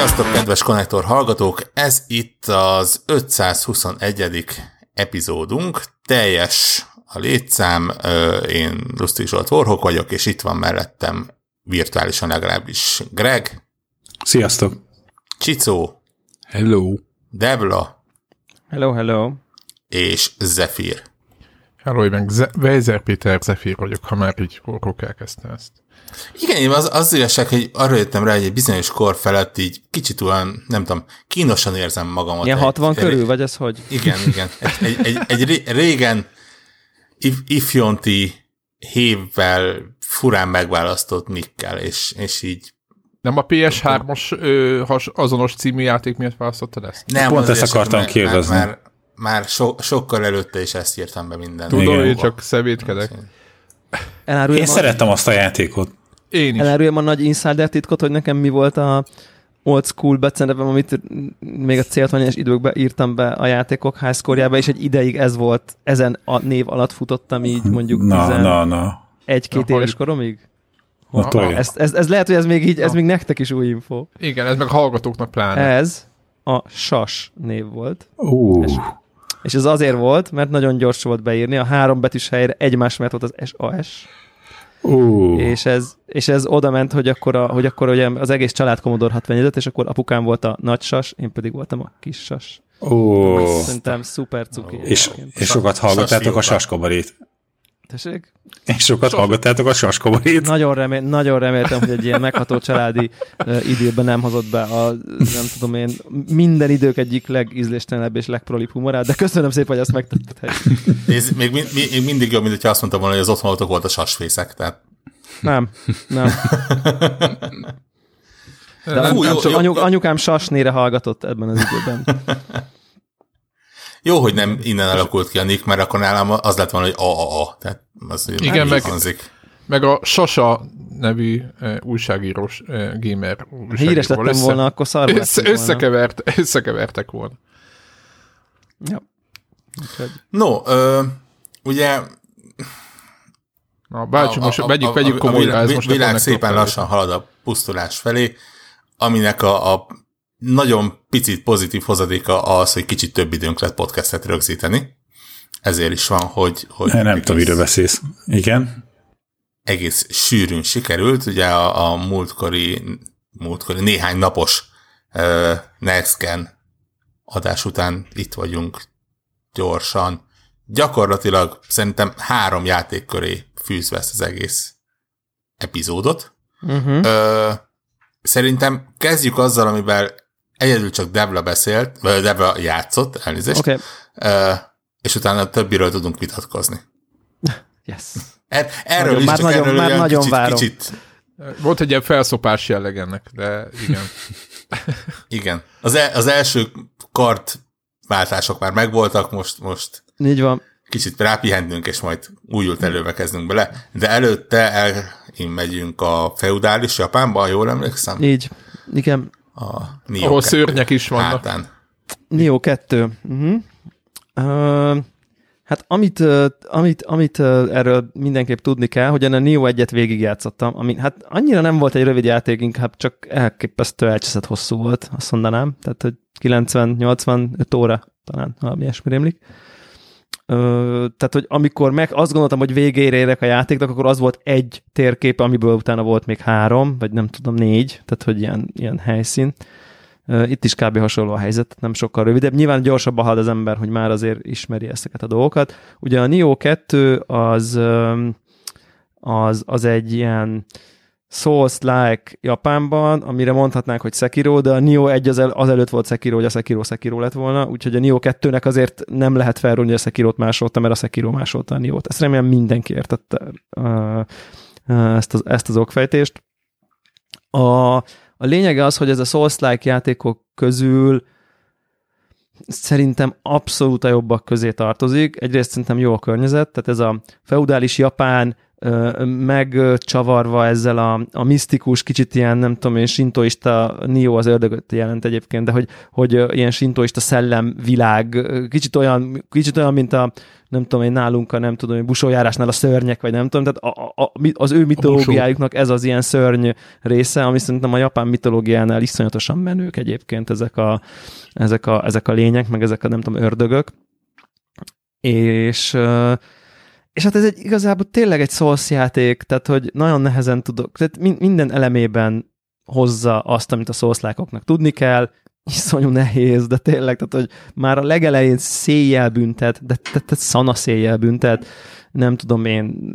Sziasztok, kedves Konnektor hallgatók! Ez itt az 521. epizódunk. Teljes a létszám, én Lustig Zsolt Warhawk vagyok, és itt van mellettem virtuálisan legalábbis Greg. Sziasztok! Csicó. Hello! Debla. Hello, hello! És Zephyr. Hello, én meg Weiser Péter Zephyr vagyok, ha már így Warhawk elkezdte ezt. Igen, az igazság, hogy arra jöttem rá, hogy egy bizonyos kor felett így kicsit olyan, nem tudom, kínosan érzem magamat. Ilyen 60 körül, vagy ez hogy? Igen. Egy régen ifjonti hévvel furán megválasztott nickkel, és így... Nem a PS3-os azonos című játék miatt választottad ezt? Nem, pont ezt akartam kérdezni. Már sokkal előtte is ezt írtam be minden. Tudom, hogy csak szemétkedek. Én szerettem azt a játékot. Én is. Elárulom a nagy insider titkot, hogy nekem mi volt a old school becenevem, amit még a céltványos időkben írtam be a játékok high score-jába, és egy ideig ez volt, ezen a név alatt futottam így mondjuk 1-2 éves koromig. Ez lehet, hogy ez még így, ez még nektek is új info. Igen, ez meg a hallgatóknak pláne. Ez a SAS név volt. És ez azért volt, mert nagyon gyors volt beírni, a 3 betűs helyre egymás mellett volt az SAS. És ez oda ment, hogy akkor ugye az egész család Commodore 64-et, és akkor apukám volt a nagy sas, én pedig voltam a kis sas. Szerintem szuper cuki. És sokat hallgattátok a saskabarét. Tessék? És sokat hallgattátok a saskabarét. Nagyon reméltem, hogy egy ilyen megható családi időben nem hozott be a, nem tudom én, minden idők egyik legízléstelenebb és legprolibb humorát, de köszönöm szépen, hogy ezt megtetted. Ez még mindig jobb, mint hogyha azt mondtam volna, hogy az otthonotok volt a sasfészek, tehát... Nem. De anyukám sasnére hallgatott ebben az időben. Jó, hogy nem innen alakult ki a nick, mert akkor nálam az lett volna, hogy AAA. Tehát az igen, meg a Sasa nevű újságírós gamer újságíró. Híres lettem volna, akkor szarba összekevertek volna. Ja. No, ugye... Na, bácsi, most vegyük komolyra. A világ szépen lassan halad a pusztulás felé, aminek a nagyon picit pozitív hozadéka az, hogy kicsit több időnk lett podcastet rögzíteni. Ezért is van, hogy nem tudom, miről beszélsz. Igen. Egész sűrűn sikerült. Ugye a múltkori néhány napos Next Gen adás után itt vagyunk gyorsan. Gyakorlatilag szerintem 3 játék köré fűzve ezt az egész epizódot. Szerintem kezdjük azzal, amivel egyedül csak Debla játszott, elnézést, okay. És utána a többiről tudunk vitatkozni. Yes. Erről már nagyon várom. Kicsit. Volt egy ilyen felszopás jelleg ennek, de igen. Igen. Az első kartváltások már megvoltak, most így van. Kicsit rápihentünk, és majd újult előbe kezdünk bele. De előtte megyünk a feudális Japánba, jól emlékszem? Így, igen. Ahol szörnyek is vannak. Hátán. Nioh 2. Hát amit erről mindenképp tudni kell, hogy a Nioh 1-et végigjátszottam, ami hát annyira nem volt egy rövid játék, inkább csak elképesztő elcseszett hosszú volt, azt mondanám. Tehát, hogy 90-85 óra talán, valami ilyesmi rémlik. Tehát, hogy amikor azt gondoltam, hogy végére érek a játéknak, akkor az volt egy térkép, amiből utána volt még 3, vagy nem tudom, 4, tehát, hogy ilyen helyszín. Itt is kb. Hasonló a helyzet, nem sokkal rövidebb. Nyilván gyorsabban halad az ember, hogy már azért ismeri ezeket a dolgokat. Ugye a Nioh 2 az egy ilyen Souls-like Japánban, amire mondhatnánk, hogy Sekiro, de a Nioh 1 az előtt volt Sekiro, hogy a Sekiro lett volna, úgyhogy a Nioh 2-nek azért nem lehet felrólni, hogy a Sekirot másolta, mert a Sekiro másolta a Nioh-t. Ezt remélem mindenki értette ezt az okfejtést. A lényege az, hogy ez a Souls-like játékok közül szerintem abszolút a jobbak közé tartozik. Egyrészt szerintem jó a környezet, tehát ez a feudális Japán, megcsavarva ezzel a misztikus, kicsit ilyen, nem tudom én, sintoista, Neo az ördögöt jelent egyébként, de hogy ilyen sintoista szellemvilág, kicsit olyan, mint a nem tudom én, nálunk a nem tudom, busójárásnál a szörnyek, vagy nem tudom, tehát az ő mitológiájuknak ez az ilyen szörny része, ami szerintem a japán mitológiánál iszonyatosan menők egyébként ezek a lények, meg ezek a nem tudom, ördögök. És hát ez igazából tényleg egy Souls játék, tehát hogy nagyon nehezen tudok, tehát minden elemében hozza azt, amit a Souls-lákoknak tudni kell, iszonyú nehéz, de tényleg, tehát hogy már a legelején széjjel büntet, de szana széjjel büntet, nem tudom én,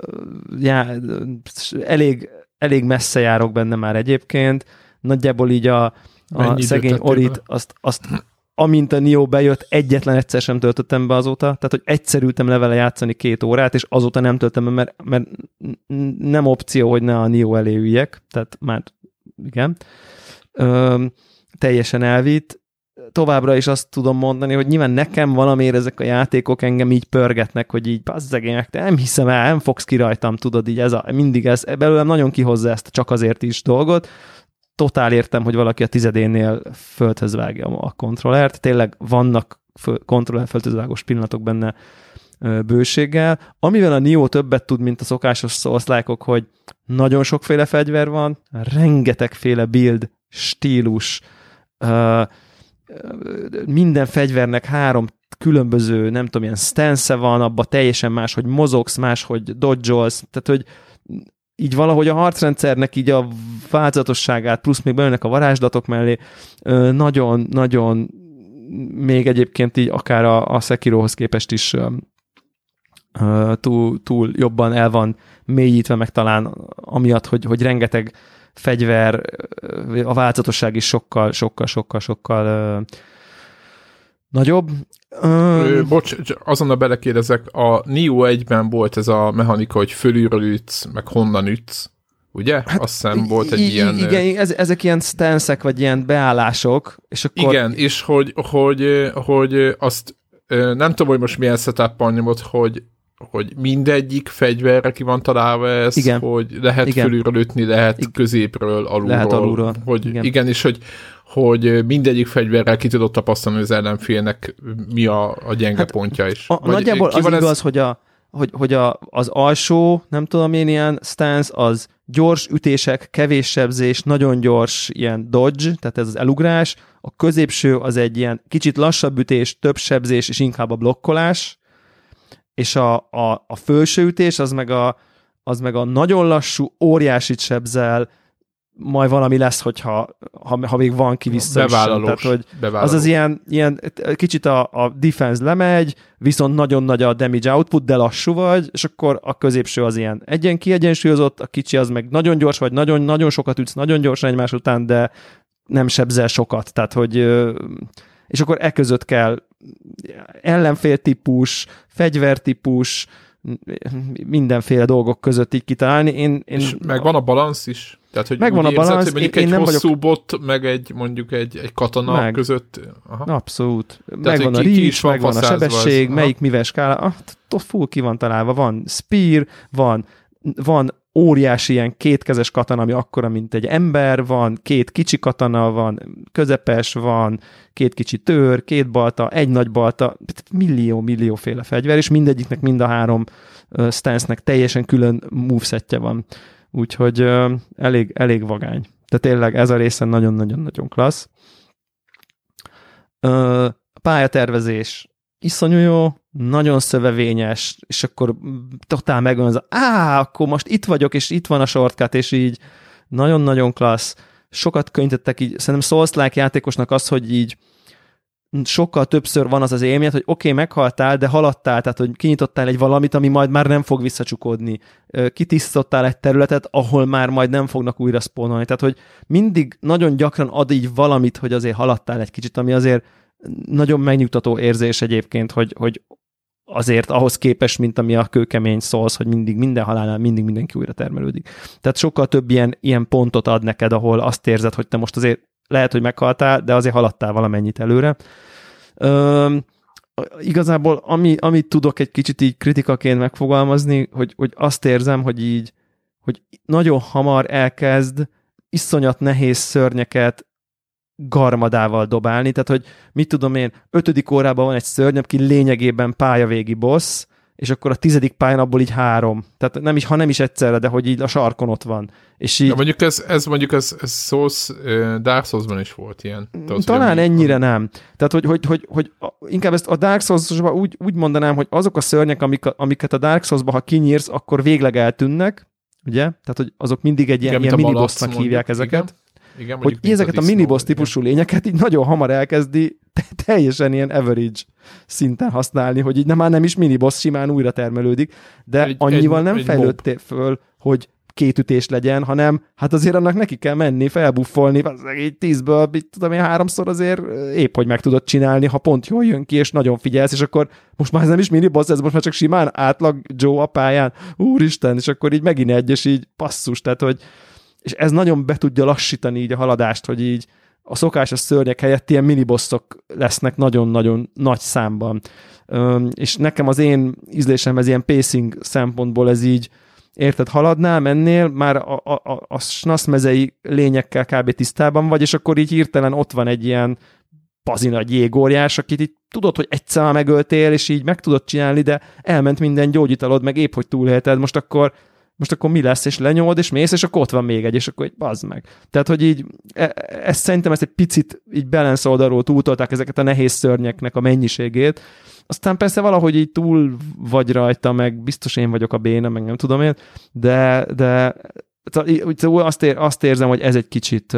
elég messze járok benne már egyébként, nagyjából így a szegény Orit, azt amint a Nioh bejött, egyetlen egyszer sem töltöttem be azóta, tehát hogy egyszer ültem le vele játszani 2 órát, és azóta nem töltöttem be, mert nem opció, hogy ne a Nioh elé üljek, tehát már igen. Teljesen elvitt. Továbbra is azt tudom mondani, hogy nyilván nekem valamiért ezek a játékok engem így pörgetnek, hogy így bazzegének, te nem hiszem el, nem fogsz ki rajtam, tudod, így mindig ez, belőlem nagyon kihozza ezt csak azért is dolgot. Totál értem, hogy valaki a 10-nél földhöz vágja a kontrollert. Tényleg vannak kontroller földhöz vágós pillanatok benne bőséggel. Amivel a Nioh többet tud, mint a szokásos Souls-like-ok, hogy nagyon sokféle fegyver van, rengetegféle build, stílus, minden fegyvernek 3 különböző, nem tudom, ilyen stance van, abban teljesen más, hogy mozogsz, más, hogy dodge-olsz, tehát, hogy így valahogy a harcrendszernek így a változatosságát, plusz még bejönnek a varázslatok mellé, nagyon-nagyon még egyébként így akár a Sekirohoz képest is túl jobban el van mélyítve, meg talán amiatt, hogy rengeteg fegyver, a változatosság is sokkal nagyobb. Bocs, azonnal belekérdezek, a Nioh 1-ben volt ez a mechanika, hogy fölülről ütsz, meg honnan ütsz, ugye? Hát, azt hiszem volt egy ilyen... Igen, ezek ilyen stance-ek, vagy ilyen beállások, és akkor... Igen, és hogy azt nem tudom, hogy most milyen setup-ban nyomod, hogy mindegyik fegyverre ki van találva ez, igen. Hogy lehet fölülről ütni, lehet középről, alulról. Lehet alulról. Hogy, igen, és hogy mindegyik fegyverrel ki tudod tapasztalni az ellenfélnek mi a gyenge pontja is. Nagyjából az igaz, hogy az alsó, nem tudom én, ilyen stance, az gyors ütések, kevés sebzés, nagyon gyors ilyen dodge, tehát ez az elugrás. A középső az egy ilyen kicsit lassabb ütés, több sebzés, és inkább a blokkolás. És a felső ütés az meg a nagyon lassú, óriásit sebzel, majd valami lesz, ha még van ki vissza. Bevállalós. Tehát, hogy az ilyen kicsit a defense lemegy, viszont nagyon nagy a damage output, de lassú vagy, és akkor a középső az ilyen kiegyensúlyozott, a kicsi az meg nagyon gyors vagy, nagyon sokat ütsz, nagyon gyorsan egymás után, de nem sebzel sokat. Tehát, hogy és akkor között kell ellenféltípus, fegyvertípus, mindenféle dolgok között így kitalálni. És megvan a balansz is? Tehát, hogy megvan a balansz. Hogy mondjuk egy hosszú bot, meg mondjuk egy katona között. Aha. Abszolút. Megvan a reach, megvan a sebesség, melyik mivel skála. Full ki van találva. Van spear, van óriási ilyen kétkezes katana, ami akkora, mint egy ember, van 2 kicsi katana, van közepes, van 2 kicsi tör, 2 balta, egy nagy balta, millióféle fegyver, és mindegyiknek mind a 3 stance-nek teljesen külön movesetje van. Úgyhogy elég vagány. De tényleg ez a része nagyon-nagyon-nagyon klassz. Pályatervezés iszonyú jó, nagyon szövevényes, és akkor totál megvan az akkor most itt vagyok, és itt van a shortcut, és így nagyon-nagyon klassz. Sokat könnyítettek így, szerintem Souls-like játékosnak az, hogy így sokkal többször van az élmény, hogy oké, meghaltál, de haladtál, tehát hogy kinyitottál egy valamit, ami majd már nem fog visszacsukódni. Kitisztottál egy területet, ahol már majd nem fognak újra spawnolni. Tehát, hogy mindig nagyon gyakran ad így valamit, hogy azért haladtál egy kicsit, ami azért nagyon megnyugtató érzés egyébként, hogy azért ahhoz képest, mint ami a kőkemény Souls, hogy mindig minden halálnál mindig mindenki újra termelődik. Tehát sokkal több ilyen pontot ad neked, ahol azt érzed, hogy te most azért lehet, hogy meghaltál, de azért haladtál valamennyit előre. igazából amit tudok egy kicsit így kritikaként megfogalmazni, hogy azt érzem, hogy nagyon hamar elkezd iszonyat nehéz szörnyeket garmadával dobálni, tehát hogy mit tudom én, 5. órában van egy szörny, aki lényegében pályavégi boss, és akkor a 10. pályán abból így 3. Tehát ha nem is egyszerre, de hogy így a sarkon ott van. És így... Ja, mondjuk ez Souls, Dark Souls-ban is volt ilyen. Talán ennyire nem. Tehát, hogy inkább ezt a Dark Souls-ban úgy mondanám, hogy azok a szörnyek, amiket a Dark Souls-ban, ha kinyírsz, akkor végleg eltűnnek, ugye? Tehát, hogy azok mindig egy ilyen minibossnak hívják ezeket. Igen, hogy ezeket a miniboss típusú lényeket így nagyon hamar elkezdi teljesen ilyen average szinten használni, hogy így már nem is miniboss, simán újra termelődik, de annyival nem fejlődtél föl, hogy 2 ütés legyen, hanem hát azért annak neki kell menni, felbuffolni, így 10-ből, tudom én, 3-szor azért épp, hogy meg tudod csinálni, ha pont jól jön ki, és nagyon figyelsz, és akkor most már ez nem is miniboss, ez most már csak simán átlag Joe a pályán, úristen, és akkor így megint egy, és így passzus, tehát hogy és ez nagyon be tudja lassítani így a haladást, hogy így a szokásos szörnyek helyett ilyen minibosszok lesznek nagyon-nagyon nagy számban. És nekem az én ízlésem ez ilyen pacing szempontból ez így, érted, haladnál, mennél, már a snasz mezei lényekkel kb. Tisztában vagy, és akkor így hirtelen ott van egy ilyen pazinagy jégóriás, akit így tudod, hogy egyszer már megöltél, és így meg tudod csinálni, de elment minden gyógyítalod, meg épp, hogy túlélted, most akkor mi lesz, és lenyomod, és mész, és akkor ott van még egy, és akkor bazd meg. Tehát, hogy így, szerintem ezt egy picit így balance oldalról túltolták ezeket a nehéz szörnyeknek a mennyiségét. Aztán persze valahogy így túl vagy rajta, meg biztos én vagyok a béna, meg nem tudom én, de azt érzem, hogy ez egy kicsit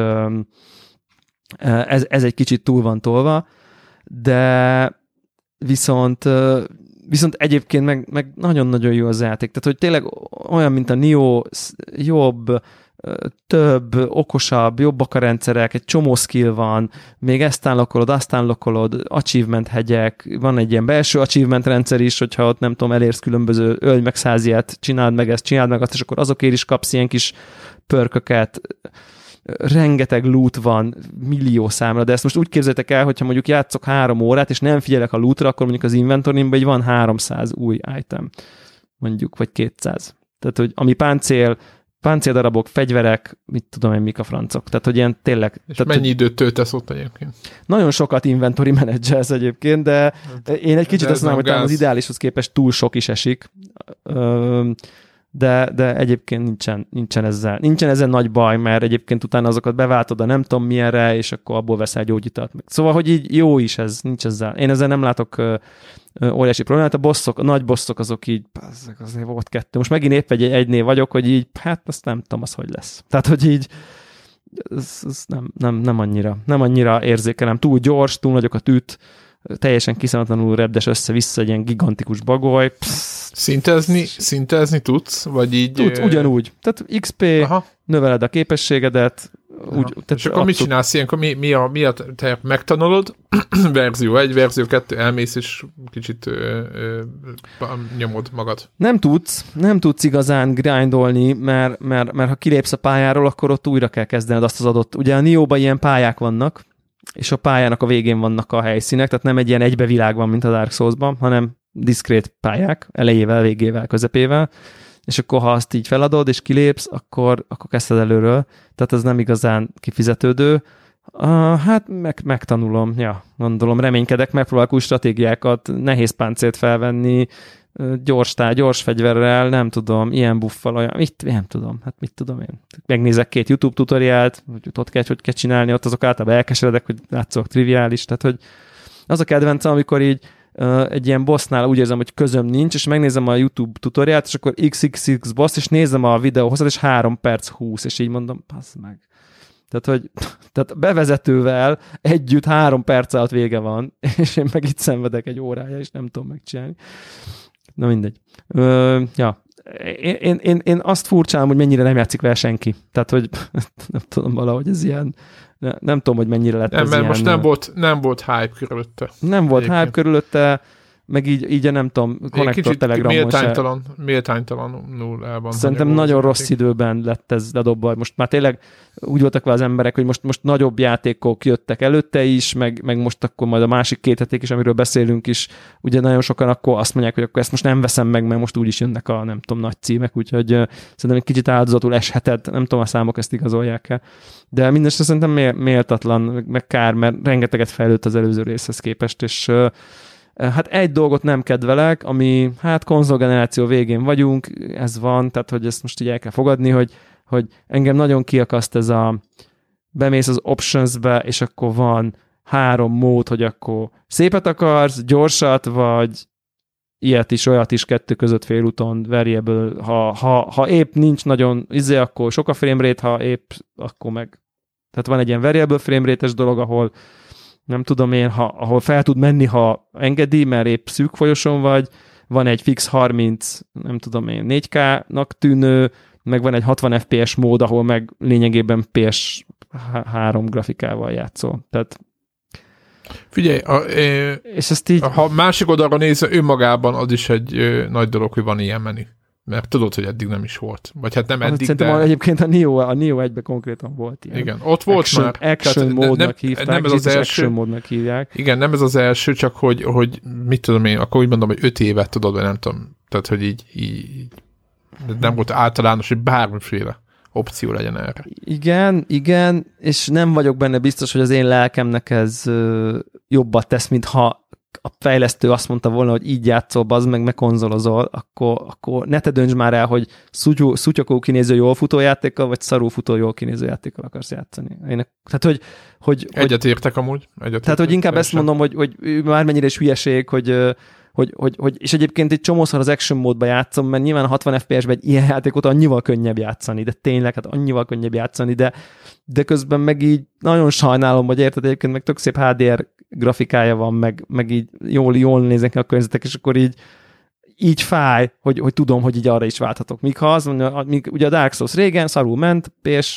ez egy kicsit túl van tolva, de viszont egyébként meg nagyon-nagyon jó az játék. Tehát, hogy tényleg olyan, mint a Nioh, jobb, több, okosabb, jobbak a rendszerek, egy csomó skill van, még ezt unlockolod, azt unlockolod, achievement hegyek, van egy ilyen belső achievement rendszer is, hogyha ott nem tudom, elérsz különböző ölj meg 100 ilyet, csináld meg ezt, csináld meg azt, és akkor azokért is kapsz ilyen kis pörköket, rengeteg loot van, millió számra, de ezt most úgy képzeljétek el, hogyha mondjuk játszok 3 órát, és nem figyelek a lootra, akkor mondjuk az inventorimban van 300 új item, mondjuk, vagy 200. Tehát, hogy ami páncéldarabok, fegyverek, mit tudom én, mik a francok. Tehát, hogy ilyen tényleg... És tehát, mennyi időt töltesz ott egyébként? Nagyon sokat inventory menedzselsz egyébként, de én egy kicsit azt mondom, hogy talán az ideálishoz képest túl sok is esik. De egyébként nincsen ezzel nagy baj, mert egyébként utána azokat beváltod a nem tudom milyenre, és akkor abból veszel gyógyítalt meg. Szóval, hogy így jó is ez, nincs ezzel. Én ezzel nem látok óriási problémát. A nagy bosszok azok így, azért volt 2. Most megint épp egynél vagyok, hogy így, hát azt nem tudom, az hogy lesz. Tehát, hogy így ez nem annyira érzékelem. Túl gyors, túl nagyokat üt, teljesen kiszámlatlanul repdes össze-vissza egy ilyen gigantikus bagoly. Szintezni tudsz? Vagy így... Tudsz, ugyanúgy. Tehát XP, aha, növeled a képességedet. Úgy, tehát és akkor mit csinálsz ilyenkor? Mi a te megtanulod? Verzió 1, verzió 2, elmész és kicsit nyomod magad. Nem tudsz igazán grindolni, mert ha kilépsz a pályáról, akkor ott újra kell kezdened azt az adott. Ugye a Nioh-ban ilyen pályák vannak, és a pályának a végén vannak a helyszínek, tehát nem egy ilyen egybevilág van, mint a Dark Souls-ban, hanem diszkrét pályák, elejével, végével, közepével, és akkor ha azt így feladod, és kilépsz, akkor kezdted előről, tehát ez nem igazán kifizetődő. Hát megtanulom, gondolom, reménykedek, megpróbálok új stratégiákat, nehéz páncélt felvenni, gyors fegyverrel, nem tudom, ilyen buffal, olyan, nem tudom, hát mit tudom én. Megnézek 2 YouTube tutoriált, hogy ott hogy kell csinálni, ott azok általában elkeseredek, hogy látszóak triviális, tehát hogy az a kedvencem, amikor így egy ilyen bossnál úgy érzem, hogy közöm nincs, és megnézem a YouTube tutoriált, és akkor XXX boss, és nézem a videóhozat, és 3 perc 20, és így mondom, passz meg. Tehát bevezetővel együtt 3 perc alatt vége van, és én meg itt szenvedek egy órája, és nem tudom megcsinálni. Na mindegy. Én azt furcsálom, hogy mennyire nem játszik vele senki. Tehát, hogy nem tudom, valahogy ez ilyen, nem tudom, hogy mennyire lett ez mert ilyen. Most nem volt hype körülötte. Nem volt hype körülötte. meg így nem tudom, konnektor telegramon se. Méltánytalanul el van. Szerintem nagyon rossz időben lett ez ledobva. Most már tényleg úgy voltak vele az emberek, hogy most nagyobb játékok jöttek előtte is, meg most akkor majd a másik 2 játék is, amiről beszélünk is, ugye nagyon sokan akkor azt mondják, hogy akkor ezt most nem veszem meg, mert most úgyis jönnek a nem tudom nagy címek, úgyhogy szerintem egy kicsit áldozatul esheted, nem tudom, a számok ezt igazolják el. De mindenesetre szerintem méltatlan, meg kár, mert rengeteget fejlődött az előző részhez képest, és hát egy dolgot nem kedvelek, ami hát konzolgeneráció végén vagyunk, ez van, tehát hogy ezt most így el kell fogadni, hogy engem nagyon kiakaszt ez bemész az options-be, és akkor van 3 mód, hogy akkor szépet akarsz, gyorsat, vagy ilyet is, olyat is 2 között félúton variable, ha épp nincs nagyon akkor sok a frame rate, ha épp, akkor meg. Tehát van egy ilyen variable frame rate-es dolog, ahol nem tudom én, ahol fel tud menni, ha engedi, mert épp szűk folyoson vagy, van egy fix 30, nem tudom én, 4K-nak tűnő, meg van egy 60 FPS mód, ahol meg lényegében PS3 grafikával játszol. Tehát figyelj, és ezt így... ha másik oldalra nézve, önmagában az is egy nagy dolog, hogy van ilyen menü. Mert tudod, hogy eddig nem is volt. Vagy hát nem eddig, szerintem egyébként a Neo 1-ben konkrétan volt ilyen. Igen, ott volt action módnak hívták, nem ez az első, action módnak hívják. Igen, nem ez az első, csak hogy mit tudom én, akkor úgy mondom, hogy 5 évet tudod, vagy nem tudom. Tehát, hogy így nem volt általános, hogy bármiféle opció legyen erre. Igen, és nem vagyok benne biztos, hogy az én lelkemnek ez jobbat tesz, mint ha a fejlesztő azt mondta volna, hogy így játszol, bazd meg konzolozol, akkor ne te dönts már el, hogy szutyokó kinéző jól futó játékkal, vagy szarú futó jól kinéző játékkal akarsz játszani. Tehát, hogy egyetértek amúgy. Tehát, hogy inkább ezt mondom, hogy bármennyire is hülyeség, hogy és egyébként egy csomószor az action módba játszom, mert nyilván a 60 FPS-ben egy ilyen játékot annyival könnyebb játszani, de tényleg, hát annyival könnyebb játszani, de közben meg így nagyon sajnálom, hogy érted, egyébként meg tök szép HDR grafikája van, meg így jól néznek ki a környezetek, és akkor így fáj, hogy tudom, hogy így arra is válthatok. Míg ha az mondja, ugye a Dark Souls régen szarul ment,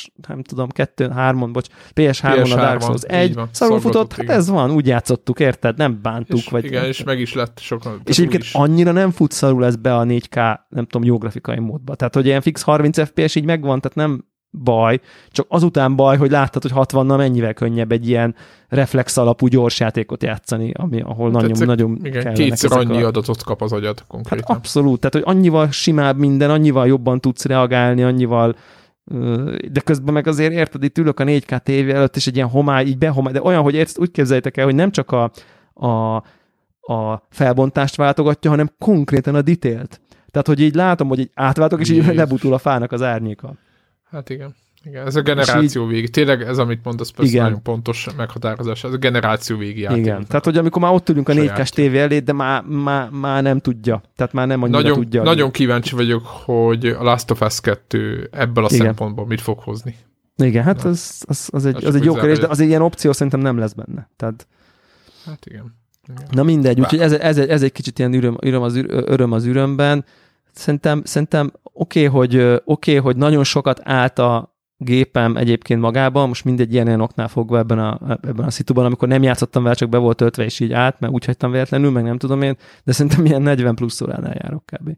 PS3-on a Dark Souls 1, szarul futott, hát ez van, úgy játszottuk, érted? Nem bántuk. És, igen, és meg is lett sokan. És egyébként annyira nem fut szarul ez be a 4K, nem tudom, jó grafikai módba. Tehát, hogy ilyen fix 30 FPS így megvan, tehát nem baj, csak azután baj, hogy láttad, hogy 60-nal mennyivel könnyebb egy ilyen reflex alapú gyors játékot játszani, ahol nagyon igen, kétszer annyi adatot kap az agyad konkrétan. Hát abszolút, tehát hogy annyival simább minden, annyival jobban tudsz reagálni, annyival, de közben meg azért érted, itt ülök a 4K tévé előtt, és egy ilyen homály, így behomály, de olyan, hogy érted, úgy képzeljétek el, hogy nem csak a felbontást váltogatja, hanem konkrétan a detailt. Tehát, hogy így látom, hogy így átváltok, és így lebutul a fának az árnyéka. Hát igen, ez a generáció végi. Tényleg ez, amit mondasz, persze nagyon pontos meghatározás. Ez a generáció végi játék. Igen, tehát hogy amikor már ott ülünk a 4K-s tévé elé, de már nem tudja. Tehát már nem annyira tudja. Nagyon kíváncsi vagyok, hogy a Last of Us 2 ebből a szempontból mit fog hozni. Igen, hát az egy jó kérdés, de az egy ilyen opció szerintem nem lesz benne. Tehát... Hát igen. Na mindegy, úgyhogy ez egy kicsit ilyen öröm az ürömben. Szerintem oké, hogy nagyon sokat állt a gépem egyébként magában, most mindegy ilyen oknál fogva ebben a szituban, amikor nem játszottam vele, csak be volt töltve és így állt, mert úgy hagytam véletlenül, meg nem tudom én, de szerintem ilyen 40 plusz óránál járok kb.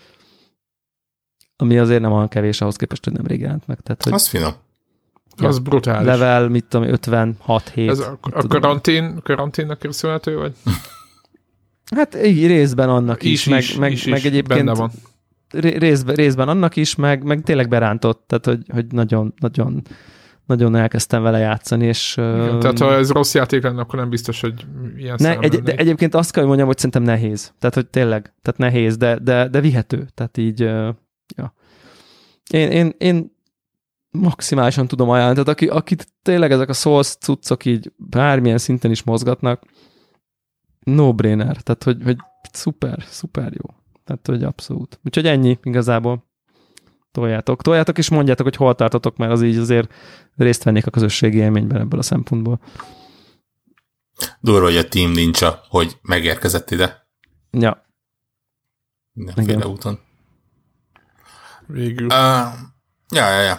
Ami azért nem olyan kevés ahhoz képest, hogy nemrég jelent meg. Tehát, hogy az finom. Ja, az brutális. Level, mit tudom, 56-7. Ez a karanténnak köszönhető, vagy? Hát így részben annak is, meg egyébként benne van. Részben annak is, meg tényleg berántott, tehát hogy nagyon elkezdtem vele játszani, és... Igen, tehát ha ez rossz játék lenne, akkor nem biztos, hogy ilyen de egyébként azt kell, hogy mondjam, hogy szerintem nehéz. Tehát, hogy tényleg, tehát nehéz, de vihető. Tehát így, ja. Én maximálisan tudom ajánlani. Tehát akit tényleg ezek a Souls cuccok így bármilyen szinten is mozgatnak, no-brainer. Tehát, hogy szuper jó. Tehát, hogy abszolút. Úgyhogy ennyi igazából. Toljátok, és mondjátok, hogy hol tartotok, mert az így azért részt vennék a közösségi élményben ebből a szempontból. Durva, hogy a Team Ninja, hogy megérkezett ide. Ja. Mindenféle úton. Végül. Ja.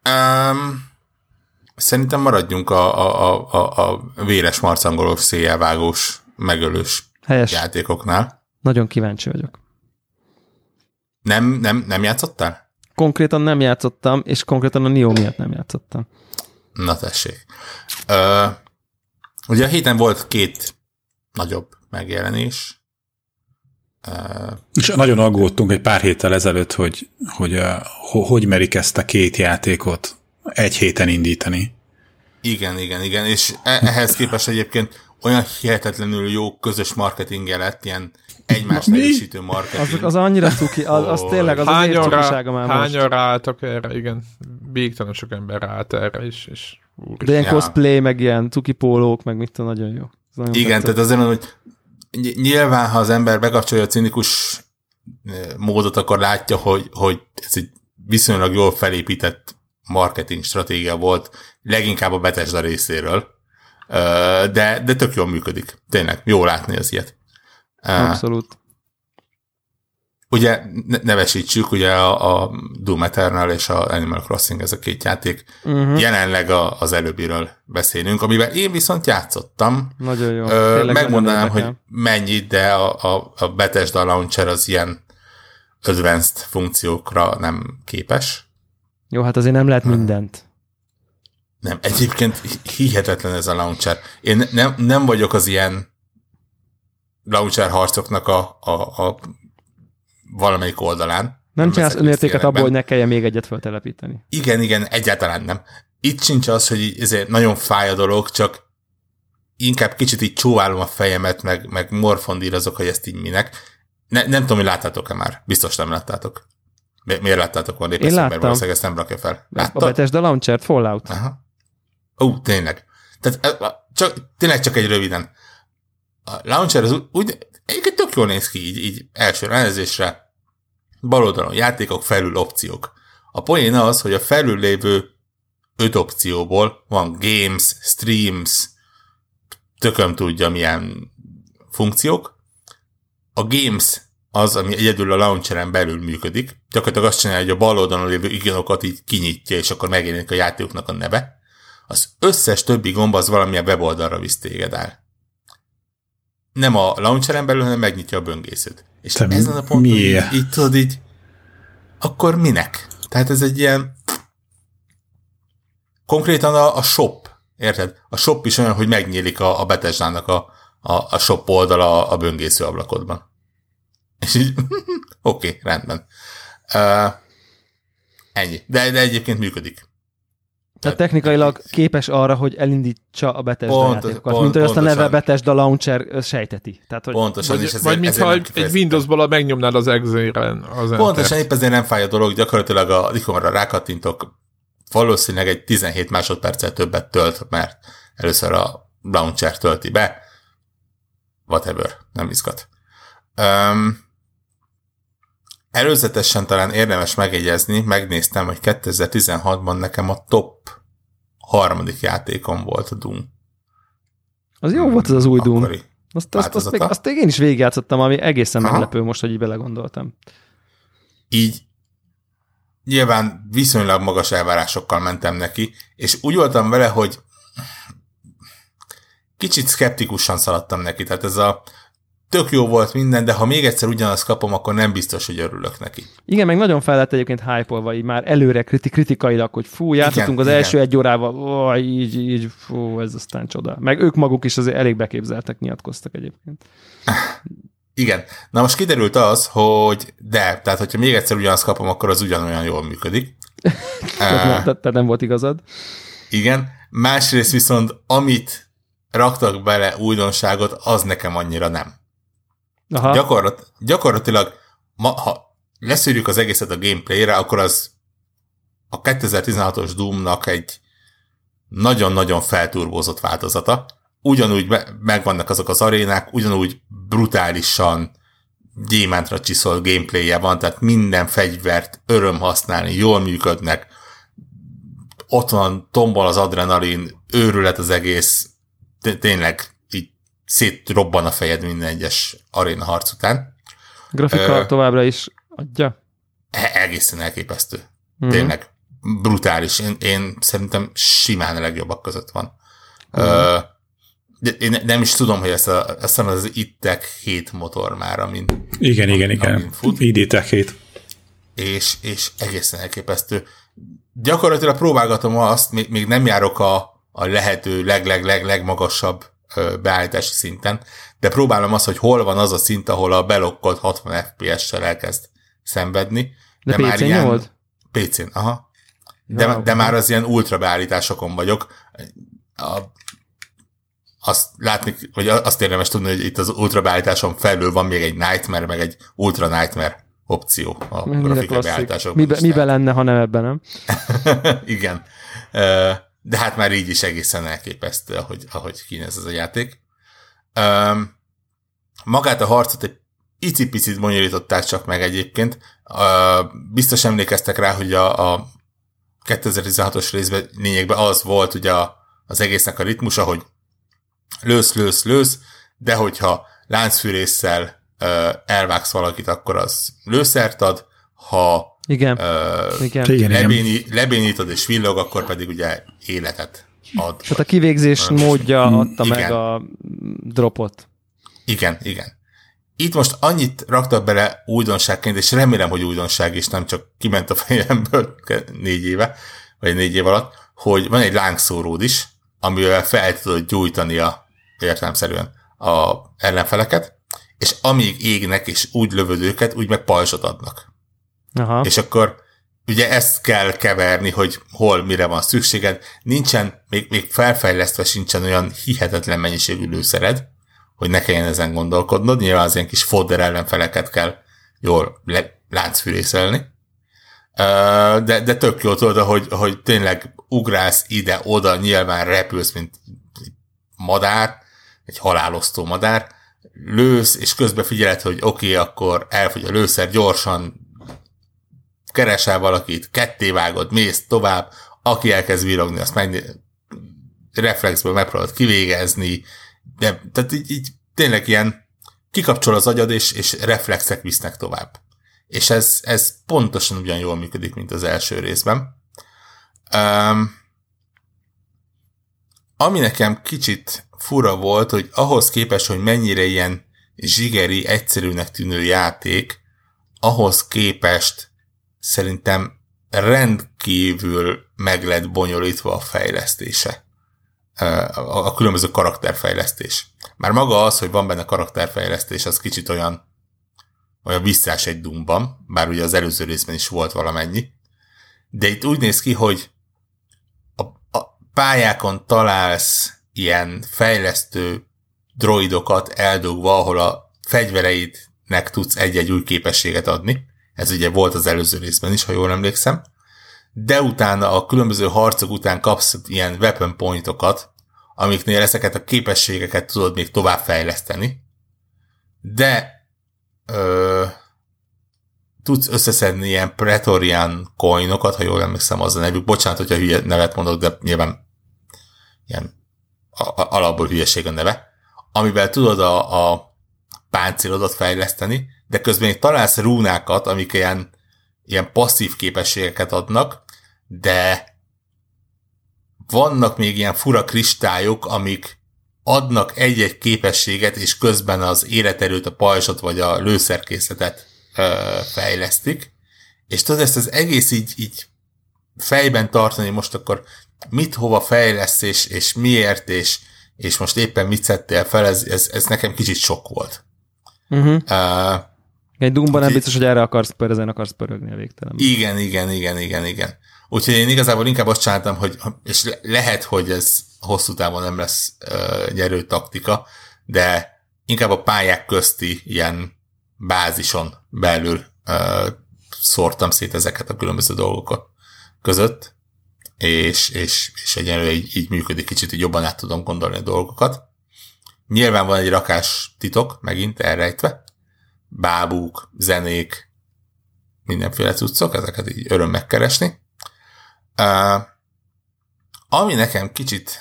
Szerintem maradjunk a véres marcangolós, széjjelvágós, megölős játékoknál. Nagyon kíváncsi vagyok. Nem játszottál? Konkrétan nem játszottam, és konkrétan a Nioh miatt nem játszottam. Na tessék. Ugye a héten volt 2 nagyobb megjelenés. És nagyon aggódtunk egy pár héttel ezelőtt, hogy merik ezt a 2 játékot egy héten indítani. Igen, és ehhez képest egyébként olyan hihetetlenül jó közös marketingje lett, ilyen egymást erősítő marketing. Az annyira cuki, az tényleg az év cukisága már most. Hányan ráálltak erre, igen. Végtelen sok ember ráállt erre is. És de ilyen cosplay, meg ilyen cuki pólók, meg mit tudom, nagyon jó. Igen, tehát azért mondom, hogy nyilván, ha az ember bekapcsolja a cinikus módot, akkor látja, hogy ez egy viszonylag jól felépített marketing stratégia volt, leginkább a Bethesda részéről, de tök jól működik. Tényleg, jó látni az ilyet. Abszolút. Ugye nevesítsük, ugye a Doom Eternal és a Animal Crossing, ez a 2 játék. Jelenleg az előbbiről beszélünk, amivel én viszont játszottam. Nagyon jó. Megmondanám, hogy mennyit, de a Bethesda Launcher az ilyen advanced funkciókra nem képes. Jó, hát azért nem lehet mindent. Nem, egyébként hihetetlen ez a launcher. Én nem vagyok az ilyen launcher harcoknak a valamelyik oldalán. Nem csinálsz önértéket abból, hogy ne kelljen még egyet feltelepíteni. Igen, egyáltalán nem. Itt sincs az, hogy ezért nagyon fáj a dolog, csak inkább kicsit így csóválom a fejemet, meg morfondírozok, hogy ezt így minek. Nem tudom, hogy láttátok-e már. Biztos nem láttátok. Miért láttátok volna? Én láttam. Valószínűleg ezt nem rakja fel. Láttad? A Bethesda Launchert, Fallout. Aha. Tényleg. Tehát tényleg csak egy röviden. A launcher az úgy egyébként tök jól néz ki, így első ránézésre. Bal oldalon játékok, felül opciók. A poén az, hogy a felül lévő 5 opcióból van games, streams, tököm tudja milyen funkciók. A games az, ami egyedül a launcheren belül működik. Gyakorlatilag azt csinálja, hogy a bal oldalon lévő igenokat így kinyitja, és akkor megjelenik a játékoknak a neve. Az összes többi gomb az valamilyen weboldalra visz téged el. Nem a launcheren belül, hanem megnyitja a böngészőt. És ezen a ponton így tudod így, akkor minek? Tehát ez egy ilyen konkrétan a shop, érted? A shop is olyan, hogy megnyílik a Bethesdának a shop oldala a böngésző ablakodban. És így, oké, rendben. Ennyi. De egyébként működik. Tehát technikailag képes arra, hogy elindítsa a Bethesda játékokat, mint hogy azt a neve Bethesda Launcher sejteti. Tehát, hogy pontosan. Vagy mintha egy Windowsból megnyomnád az exe-re. Pontosan, épp ezért nem fáj a dolog, gyakorlatilag a ikonra rákattintok, valószínűleg egy 17 másodperccel többet tölt, mert először a launcher tölti be. Whatever, nem izgat. Előzetesen talán érdemes megjegyezni, megnéztem, hogy 2016-ban nekem a top 3. játékom volt a Doom. Az jó volt az új Doom. Azt én is végigjátszottam, ami egészen meglepő most, hogy így belegondoltam. Így nyilván viszonylag magas elvárásokkal mentem neki, és úgy voltam vele, hogy kicsit szkeptikusan szaladtam neki, tehát ez a tök jó volt minden, de ha még egyszer ugyanazt kapom, akkor nem biztos, hogy örülök neki. Igen, meg nagyon fel lett egyébként hype-olva, így már előre kritikailag, hogy fú, játszottunk az első 1 órával, így, fú, ez aztán csoda. Meg ők maguk is azért elég beképzeltek, nyilatkoztak egyébként. Igen. Na most kiderült az, hogy tehát hogyha még egyszer ugyanazt kapom, akkor az ugyanolyan jól működik. Tehát nem volt igazad. Igen. Másrészt viszont, amit raktak bele újdonságot, az nekem annyira nem. Gyakorlatilag, ha leszűrjük az egészet a gameplayre, akkor az a 2016-os Doomnak egy nagyon-nagyon felturbózott változata. Ugyanúgy megvannak azok az arénák, ugyanúgy brutálisan gyémántra csiszolt gameplayje van, tehát minden fegyvert öröm használni, jól működnek, ott van, tombol az adrenalin, őrület az egész, tényleg így szétrobban a fejed minden egyes aréna harc után. Grafika továbbra is adja? Egészen elképesztő. Tényleg brutális. Én szerintem simán a legjobbak között van. én nem is tudom, hogy ezt az ITTEC 7 motor már, amin igen. fut. IDTEC 7. És egészen elképesztő. Gyakorlatilag próbálgatom azt, még nem járok a lehető legmagasabb beállítási szinten, de próbálom azt, hogy hol van az a szint, ahol a belokkolt 60 FPS-sel elkezd szenvedni. De PC-n nyomod? PC-n, aha. De már az ilyen ultra beállításokon vagyok. Azt látni, vagy azt érdemes tudni, hogy itt az ultra beállításon felül van még egy Nightmare, meg egy Ultra Nightmare opció a grafikai beállításokban. Miben lenne, ha nem ebben, nem? Igen. De hát már így is egészen elképesztő, ahogy kínez ez a játék. Magát a harcot egy icipicit bonyolították csak meg egyébként. Biztos emlékeztek rá, hogy a 2016-os részben lényegben az volt ugye az egésznek a ritmusa, hogy lősz, de hogyha láncfűrésszel elvágsz valakit, akkor az lőszert ad, ha igen. lebénítod és villog, akkor pedig ugye életet ad. Tehát a kivégzés módja adta meg a dropot. Igen. Itt most annyit raktak bele újdonságként, és remélem, hogy újdonság is, nem csak kiment a fejemből 4 éve, vagy 4 év alatt, hogy van egy lángszóród is, amivel fel tudod gyújtani értelemszerűen a ellenfeleket, és amíg égnek, és úgy lövöd őket, úgy meg pajzsot adnak. Aha. És akkor ugye ezt kell keverni, hogy hol, mire van szükséged. Nincsen, még felfejlesztve sincsen olyan hihetetlen mennyiségű lőszered, hogy ne kelljen ezen gondolkodnod. Nyilván az ilyen kis fodder ellenfeleket kell jól láncfűrészelni. De tök jó tudod, hogy tényleg ugrálsz ide-oda, nyilván repülsz, mint madár, egy halálosztó madár, lősz, és közben figyeled, hogy oké, akkor elfogy a lőszer, gyorsan keresel valakit, kettévágod, mész tovább, aki elkezd villogni, azt reflexből megpróbálod kivégezni, de tehát így tényleg ilyen kikapcsol az agyad, és reflexek visznek tovább. És ez pontosan ugyan jól működik, mint az első részben. Ami nekem kicsit fura volt, hogy ahhoz képest, hogy mennyire ilyen zsigeri, egyszerűnek tűnő játék, ahhoz képest szerintem rendkívül meg lett bonyolítva a fejlesztése. A különböző karakterfejlesztés. Már maga az, hogy van benne karakterfejlesztés, az kicsit olyan visszás egy Doomban, bár ugye az előző részben is volt valamennyi. De itt úgy néz ki, hogy a pályákon találsz ilyen fejlesztő droidokat eldugva, ahol a fegyvereidnek tudsz egy-egy új képességet adni. Ez ugye volt az előző részben is, ha jól emlékszem. De utána a különböző harcok után kapsz ilyen weapon pointokat, amiknél ezeket a képességeket tudod még tovább fejleszteni. De tudsz összeszedni ilyen Praetorian coinokat, ha jól emlékszem az a nevük. Bocsánat, hogyha hülye nevet mondok, de nyilván ilyen alapból hülyeség a neve. Amivel tudod a páncélodat fejleszteni, de közben még találsz rúnákat, amik ilyen passzív képességeket adnak, de vannak még ilyen fura kristályok, amik adnak egy-egy képességet, és közben az életerőt, a pajzsot vagy a lőszerkészletet fejlesztik. És tudod, ezt az egész így fejben tartani, most akkor mit hova fejlesz, és miért, és most éppen mit szedtél fel, ez nekem kicsit sok volt. Egy Doomban nem biztos, hogy ezen akarsz pörögni a végtelen. Igen. Úgyhogy én igazából inkább azt csináltam, hogy, és lehet, hogy ez hosszú távon nem lesz nyerő taktika, de inkább a pályák közti ilyen bázison belül szórtam szét ezeket a különböző dolgokat között, és egyenlően így működik, kicsit így jobban át tudom gondolni a dolgokat. Nyilván van egy rakás titok, megint elrejtve, bábúk, zenék, mindenféle cuccok, ezeket így öröm megkeresni. Ami nekem kicsit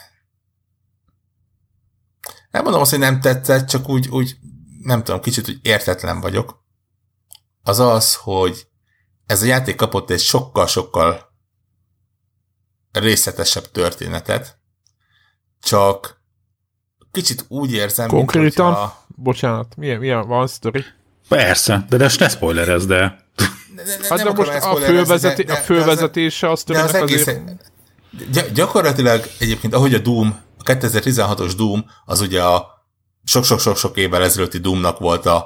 nem mondom azt, hogy nem tetszett, csak úgy nem tudom, kicsit úgy értetlen vagyok, az az, hogy ez a játék kapott egy sokkal-sokkal részletesebb történetet, csak kicsit úgy érzem, konkrétan, bocsánat, milyen van sztori? Persze, de ne spoilerezd, de... Hát de most a fölvezetése a sztorinak azért... Gyakorlatilag egyébként, ahogy a Doom, a 2016-os Doom, az ugye a sok-sok-sok évvel ezelőtti Doomnak volt a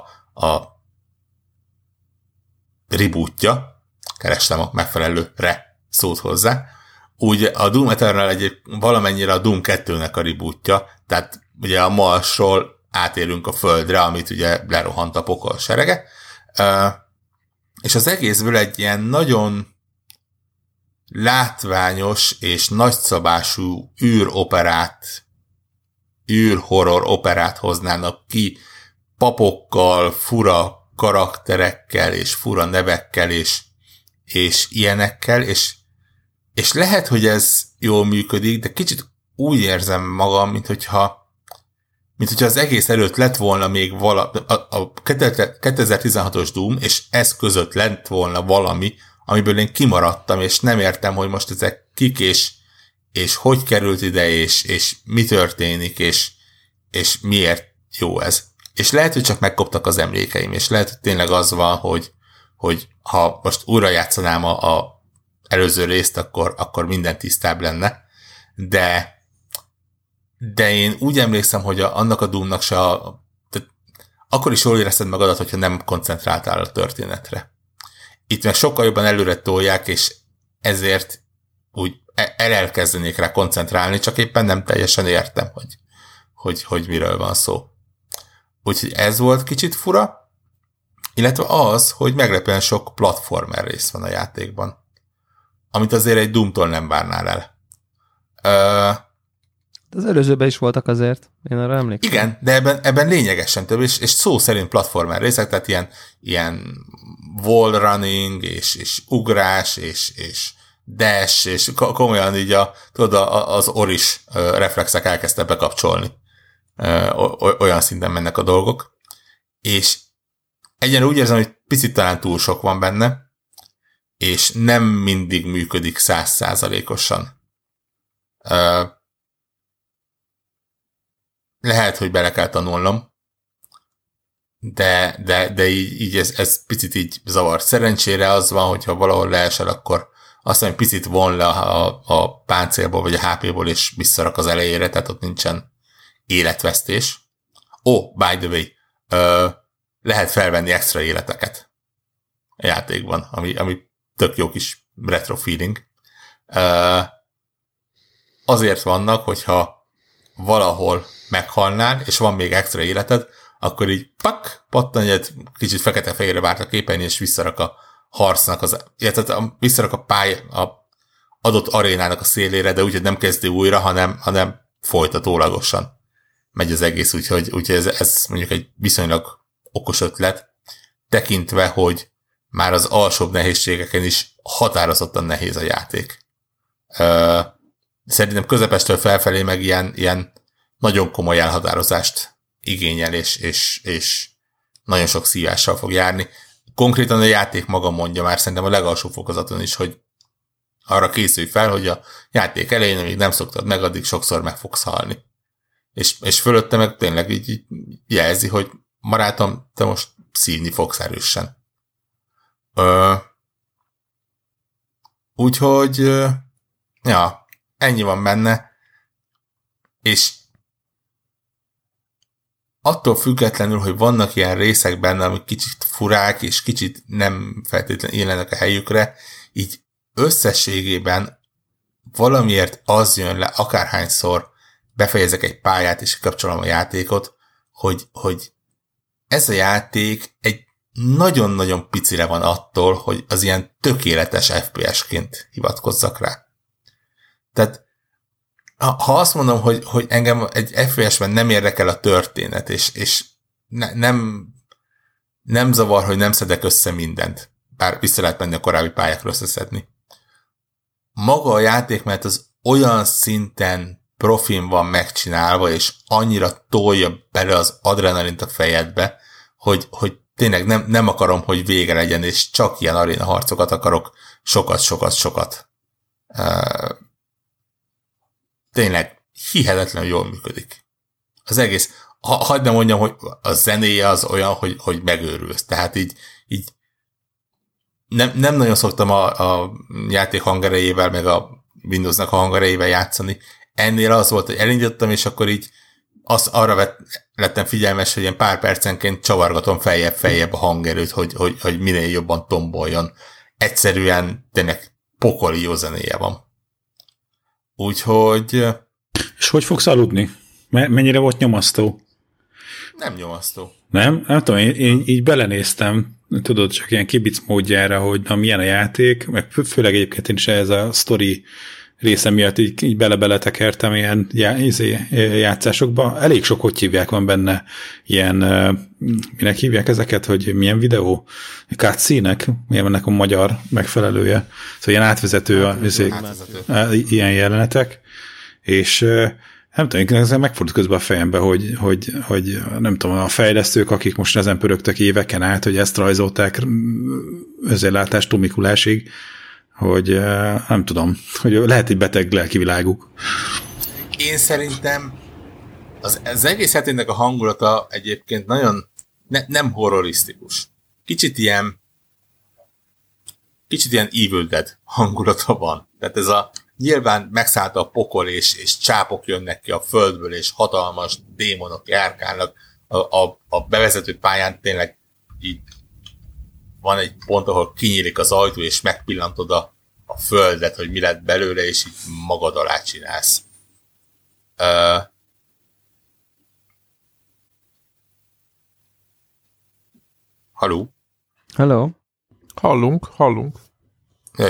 rebootja, kerestem a megfelelő szót hozzá, úgy a Doom Eternal valamennyire a Doom 2-nek a rebootja, tehát ugye a Marsról átérünk a Földre, amit ugye lerohant a pokol serege, és az egészből egy ilyen nagyon látványos és nagyszabású űrhorror operát hoznának ki, papokkal, fura karakterekkel, és fura nevekkel, és ilyenekkel, és lehet, hogy ez jól működik, de kicsit úgy érzem magam, mint hogyha az egész előtt lett volna még a 2016-os Doom, és ez között lett volna valami, amiből én kimaradtam, és nem értem, hogy most ezek kik, és hogy került ide, és mi történik, és miért jó ez. És lehet, hogy csak megkoptak az emlékeim, és lehet, hogy tényleg az van, hogy ha most újra játszanám a előző részt, akkor minden tisztább lenne, de én úgy emlékszem, hogy annak a Doomnak akkor is jól érezted magadat, hogyha nem koncentráltál a történetre. Itt meg sokkal jobban előre tolják, és ezért úgy elkezdenék rá koncentrálni, csak éppen nem teljesen értem, hogy miről van szó. Úgyhogy ez volt kicsit fura, illetve az, hogy meglepően sok platformer rész van a játékban, amit azért egy Doomtól nem várnál el. Az előzőben is voltak azért, én arra emlékszem. Igen, de ebben lényegesen több, és szó szerint platformer részek, tehát ilyen wall running, és ugrás, és dash, és komolyan így az oris reflexek elkezdte bekapcsolni. Olyan szinten mennek a dolgok. És egyenlően úgy érzem, hogy picit talán túl sok van benne, és nem mindig működik 100%-osan. Lehet, hogy bele kell tanulnom, de így ez picit így zavar. Szerencsére az van, hogyha valahol leesel, akkor azt mondja, picit von le a páncélból, vagy a HP-ból, és visszarak az elejére, tehát ott nincsen életvesztés. By the way, lehet felvenni extra életeket a játékban, ami tök jó kis retro feeling. Azért vannak, hogyha valahol meghalnál, és van még extra életed, akkor így pattan egy kicsit fekete-fehérre várt a képernyő, és visszarak a harcnak, illetve visszarak a adott arénának a szélére, de úgy, hogy nem kezdi újra, hanem folytatólagosan megy az egész, úgyhogy ez mondjuk egy viszonylag okos ötlet, tekintve, hogy már az alsóbb nehézségeken is határozottan nehéz a játék. Szerintem közepestől felfelé meg ilyen nagyon komoly elhatározást igényel, és nagyon sok szívással fog járni. Konkrétan a játék maga mondja már szerintem a legalsó fokozaton is, hogy arra készülj fel, hogy a játék elején, amíg nem szoktad meg, addig sokszor meg fogsz halni. És fölötte meg tényleg így jelzi, hogy barátom, te most szívni fogsz erősen. Úgyhogy ja, ennyi van benne, és attól függetlenül, hogy vannak ilyen részek benne, amik kicsit furák, és kicsit nem feltétlenül élenek a helyükre, így összességében valamiért az jön le, akárhányszor befejezek egy pályát, és kapcsolom a játékot, hogy ez a játék egy nagyon-nagyon picire van attól, hogy az ilyen tökéletes FPS-ként hivatkozzak rá. Tehát ha azt mondom, hogy engem egy FPS-ben nem érdekel a történet, és nem zavar, hogy nem szedek össze mindent, bár vissza lehet menni a korábbi pályákra összeszedni. Maga a játék, mert az olyan szinten profin van megcsinálva, és annyira tolja bele az adrenalint a fejedbe, hogy tényleg nem akarom, hogy vége legyen, és csak ilyen aréna harcokat akarok sokat. Tényleg hihetetlenül jól működik. az egész, hagyd ne mondjam, hogy a zenéje az olyan, hogy megőrülsz. Tehát így nem nagyon szoktam a játék hangerejével, meg a Windowsnak a hangerejével játszani. Ennél az volt, hogy elindítottam, és akkor így arra lettem figyelmes, hogy ilyen pár percenként csavargatom feljebb a hangerőt, hogy minél jobban tomboljon. Egyszerűen tényleg pokoli jó zenéje van. Úgyhogy... És hogy fogsz aludni? Mennyire volt nyomasztó? Nem nyomasztó. Nem tudom, én így belenéztem, tudod, csak ilyen kibic módjára, hogy na, milyen a játék, meg főleg egyébként én is ez a sztori része miatt így bele-beletekertem ilyen játszásokba. Elég sok, hogy hívják, van benne ilyen, minek hívják ezeket, hogy milyen videó? Cutscene-ek? Milyen ennek a magyar megfelelője? Szóval ilyen átvezető. Ilyen jelenetek. És nem tudom, ezzel megfordult közben a fejembe, hogy nem tudom, a fejlesztők, akik most ezen pörögtek éveken át, hogy ezt rajzolták özellátás Mikulásig, hogy nem tudom, hogy lehet egy beteg lelkiviláguk. Én szerintem az egész hetének a hangulata egyébként nagyon nem horrorisztikus. Kicsit ilyen Evil Dead hangulata van. Tehát ez nyilván megszállta a pokol, és csápok jönnek ki a földből, és hatalmas démonok járkálnak. A bevezető pályán tényleg így van egy pont, ahol kinyílik az ajtó, és megpillantod a földet, hogy mi lett belőle, és így magad alá csinálsz. Halló? Hello? Hallunk. Ja, jó.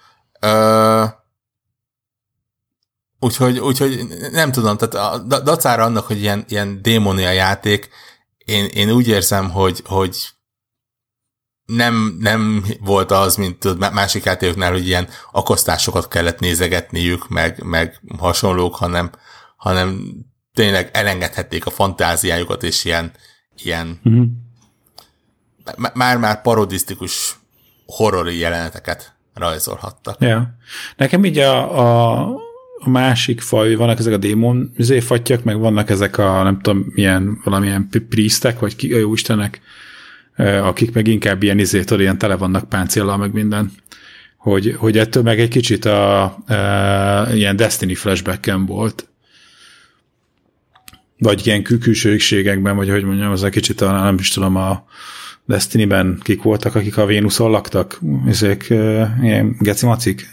Úgyhogy nem tudom, tehát dacára annak, hogy ilyen démonia játék, én úgy érzem, hogy nem volt az, mint másik játékoknál, hogy ilyen akasztásokat kellett nézegetniük, meg hasonlók, hanem tényleg elengedhették a fantáziájukat, és ilyen már parodisztikus horrori jeleneteket rajzolhattak. Ja. Nekem így a másik faj, vannak ezek a démon fattyak, meg vannak ezek a nem tudom, valamilyen priestek, vagy jó istenek, akik meg inkább ilyen tele vannak páncéllal, meg minden. Hogy ettől meg egy kicsit ilyen Destiny flashback-en volt. Vagy ilyen külsőségekben, vagy hogy mondjam, az egy kicsit nem is tudom, a Destiny-ben kik voltak, akik a Vénuszon laktak? Ezek ilyen gecimacik?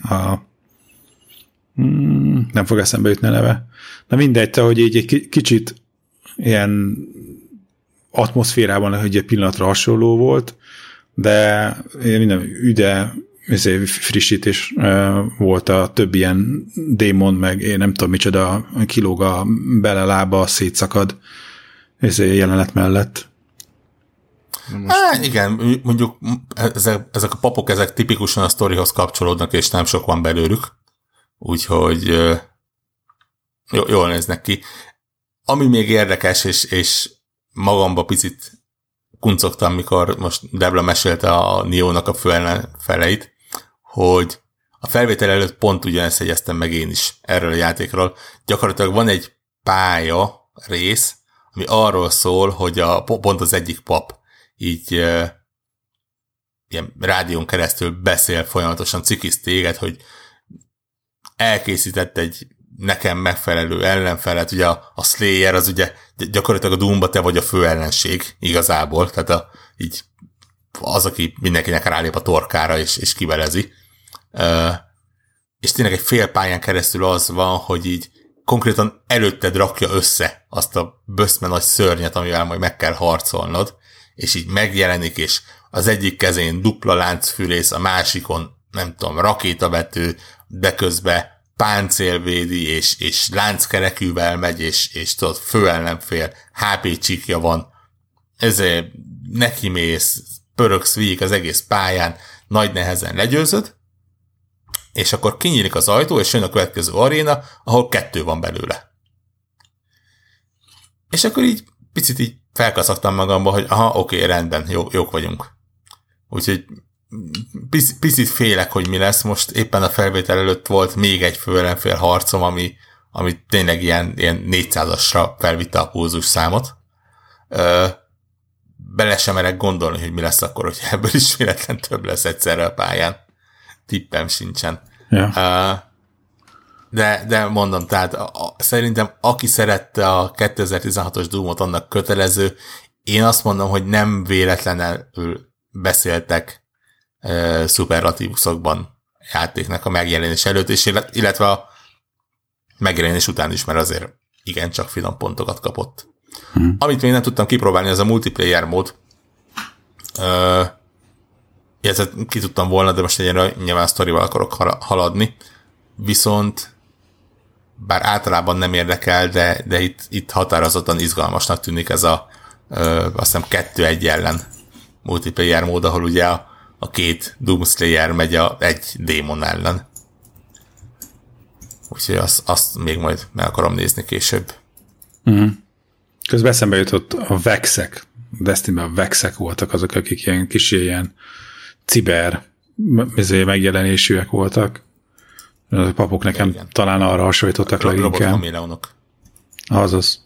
Nem fog eszembe jutni a neve. Na mindegy, te, hogy így egy kicsit ilyen atmoszférában, hogy egy pillanatra hasonló volt, de minden üde frissítés volt a több ilyen démon, meg én nem tudom micsoda, kilóg a belelába, szétszakad jelenet mellett. Igen, mondjuk ezek a papok, ezek tipikusan a sztorihoz kapcsolódnak, és nem sok van belőlük. Úgyhogy jól néznek ki. Ami még érdekes, és magamba picit kuncogtam, mikor most Debla mesélte a Nioh-nak a feleit, hogy a felvétel előtt pont ugyanezt jegyeztem meg én is erről a játékról. Gyakorlatilag van egy pálya rész, ami arról szól, hogy pont az egyik pap így ilyen rádión keresztül beszél folyamatosan, cikiz téged, hogy elkészített egy nekem megfelelő ellenfelet, ugye a Slayer az ugye gyakorlatilag a Doomba te vagy a fő ellenség igazából, tehát így az, aki mindenkinek rálép a torkára és kivelezi. És tényleg egy fél pályán keresztül az van, hogy így konkrétan előtted rakja össze azt a böszme nagy szörnyet, amivel majd meg kell harcolnod, és így megjelenik, és az egyik kezén dupla láncfűrész, a másikon, nem tudom, rakétavető, de közben páncélvédi, és lánckerekűvel megy, és tudod, főellenfél, HP csíkja van, ezért nekimész, pöröksz végig az egész pályán, nagy nehezen legyőzöd, és akkor kinyílik az ajtó, és jön a következő aréna, ahol 2 van belőle. És akkor így picit így felkaszaktam magamba, hogy oké, rendben, jók vagyunk. Úgyhogy picit félek, hogy mi lesz. Most éppen a felvétel előtt volt még egy főellenfél harcom, ami tényleg ilyen 400-asra felvitte a pulzus számot. Bele sem merek gondolni, hogy mi lesz akkor, hogy ebből is véletlen több lesz egyszerre a pályán. Tippem sincsen. Ja. De mondom, tehát szerintem aki szerette a 2016-os Doomot, annak kötelező. Én azt mondom, hogy nem véletlenül beszéltek szuperlatívuszokban játéknak a megjelenés előtt, és illetve a megjelenés után is, mert azért igencsak finom pontokat kapott. Amit még nem tudtam kipróbálni, az a multiplayer mód. Illetve ki tudtam volna, de most nyilván a sztorival akarok haladni. Viszont bár általában nem érdekel, de itt határozottan izgalmasnak tűnik ez a azt hiszem 2-1 ellen multiplayer mód, ahol ugye a két Doomslayer megy egy démon ellen. Úgyhogy azt még majd meg akarom nézni később. Közben eszembe jutott a Vexek. Destiny-ben a Vexek voltak azok, akik ilyen ciber megjelenésűek voltak. A papok nekem igen. Talán arra hasonlítottak leginkább. Robotkaméleonok. Azaz.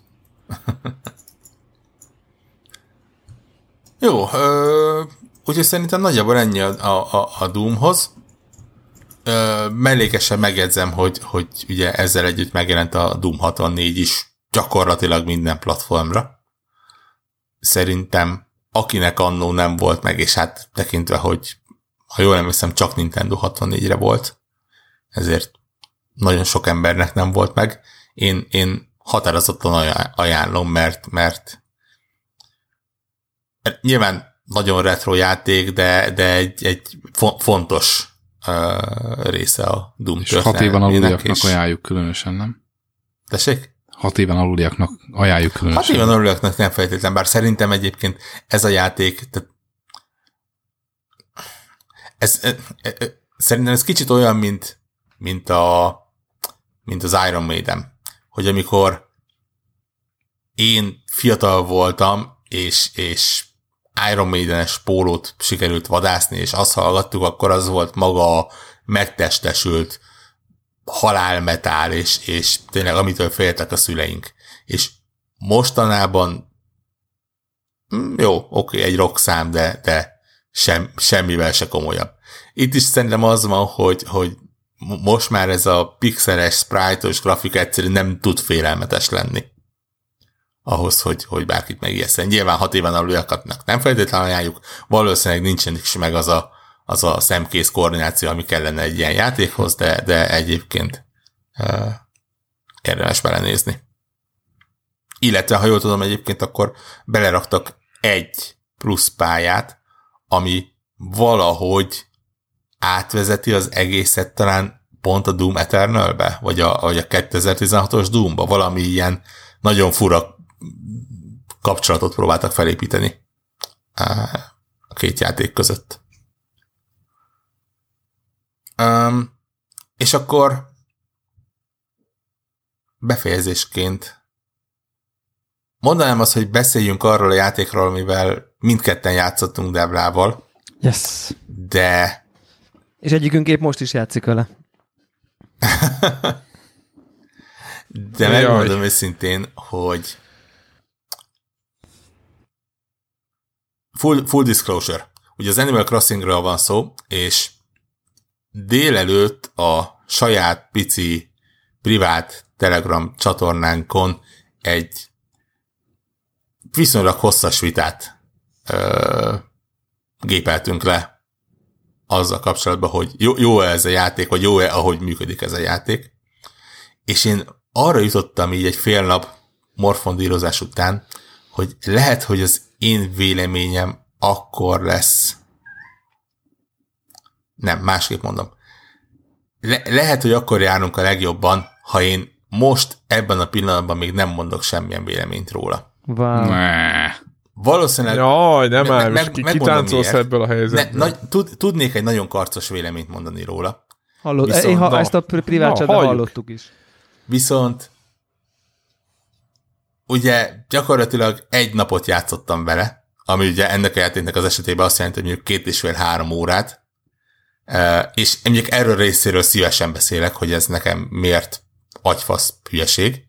Jó, úgyhogy szerintem nagyjából ennyi a Doomhoz. Mellékesen megjegyzem, hogy ugye ezzel együtt megjelent a Doom 64 is gyakorlatilag minden platformra. Szerintem akinek annó nem volt meg, és hát tekintve, hogy ha jól emlékszem, csak Nintendo 64-re volt, ezért nagyon sok embernek nem volt meg. Én határozottan ajánlom, mert nyilván nagyon retro játék, de egy fontos része a Doom történelmének. 6 éven aluliaknak ajánljuk különösen, nem? Tessék? 6 éven aluliaknak ajánljuk különösen. 6 éven aluliaknak nem feltétlen, bár szerintem egyébként ez a játék, tehát szerintem ez kicsit olyan, mint az Iron Maiden, hogy amikor én fiatal voltam, és Iron Maiden-es pólót sikerült vadászni, és azt hallgattuk, akkor az volt maga a megtestesült halálmetál, és tényleg amitől féltek a szüleink. És mostanában jó, oké, egy rockszám, de semmivel se komolyabb. Itt is szerintem az van, hogy most már ez a pixeles, sprite-os grafika egyszerűen nem tud félelmetes lenni ahhoz, hogy bárkit megijesszen. Nyilván 6 éven aluliakatnak nem feltétlenül ajánljuk, valószínűleg nincsen is meg az a szemkész koordináció, ami kellene egy ilyen játékhoz, de egyébként érdemes belenézni. Illetve, ha jól tudom egyébként, akkor beleraktak egy plusz pályát, ami valahogy átvezeti az egészet talán pont a Doom Eternal-be, vagy a 2016-os Doom-ba. Valami ilyen nagyon fura kapcsolatot próbáltak felépíteni a két játék között. És akkor befejezésként mondanám azt, hogy beszéljünk arról a játékról, amivel mindketten játszottunk Deblával. Yes. De... És egyikünk épp most is játszik vele. De megmondom őszintén, hogy full disclosure. Ugye az Animal Crossingről van szó, és délelőtt a saját pici privát Telegram csatornánkon egy viszonylag hosszas vitát gépeltünk le azzal kapcsolatban, hogy jó-e ez a játék, vagy jó-e, ahogy működik ez a játék. És én arra jutottam így egy fél nap morfondírozás után, hogy lehet, hogy az én véleményem akkor lesz. Nem, másképp mondom. Lehet, hogy akkor járunk a legjobban, ha én most ebben a pillanatban még nem mondok semmilyen véleményt róla. Wow. Valószínűleg... Jaj, nem áll, és kitáncolsz ebből a helyzetből. Tudnék egy nagyon karcos véleményt mondani róla. Ezt a privát csatban hallottuk is. Viszont ugye gyakorlatilag egy napot játszottam vele, ami ugye ennek a játéknak az esetében azt jelenti, hogy mondjuk 2,5-3 órát, és mondjuk erről részéről szívesen beszélek, hogy ez nekem miért agyfasz hülyeség,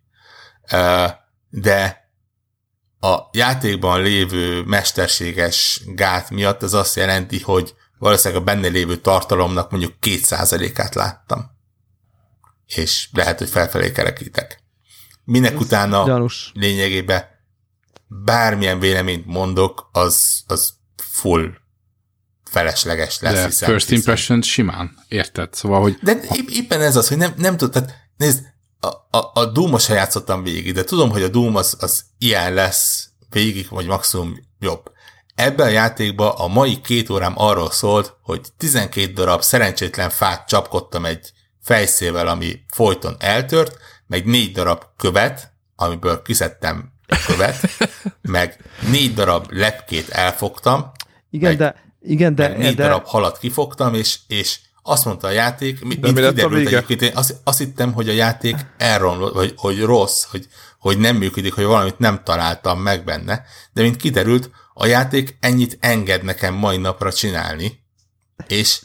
de a játékban lévő mesterséges gát miatt ez azt jelenti, hogy valószínűleg a benne lévő tartalomnak mondjuk 2%-át láttam. És lehet, hogy felfelé kerekítek. Minek utána gyanús. Lényegében bármilyen véleményt mondok, az full felesleges lesz. De hiszem, first impression simán, érted? Szóval, hogy... De éppen ez az, hogy nem tudod, nézd, a Doom-osra játszottam végig, de tudom, hogy a Doom az ilyen lesz végig, vagy maximum jobb. Ebben a játékban a mai 2 órám arról szólt, hogy 12 darab szerencsétlen fát csapkodtam egy fejszével, ami folyton eltört, meg 4 darab követ, amiből kiszedtem egy követ, meg 4 darab lepkét elfogtam, igen, de 4 darab halat kifogtam, és azt mondta a játék, mint kiderült egyébként, én azt hittem, hogy a játék elromlott, vagy hogy rossz, hogy nem működik, hogy valamit nem találtam meg benne, de mint kiderült, a játék ennyit enged nekem mai napra csinálni, és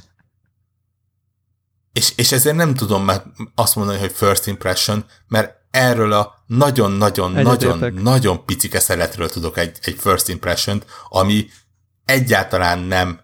ezért nem tudom már azt mondani, hogy first impression, mert erről a nagyon picike szeletről tudok egy first impression-t, ami egyáltalán nem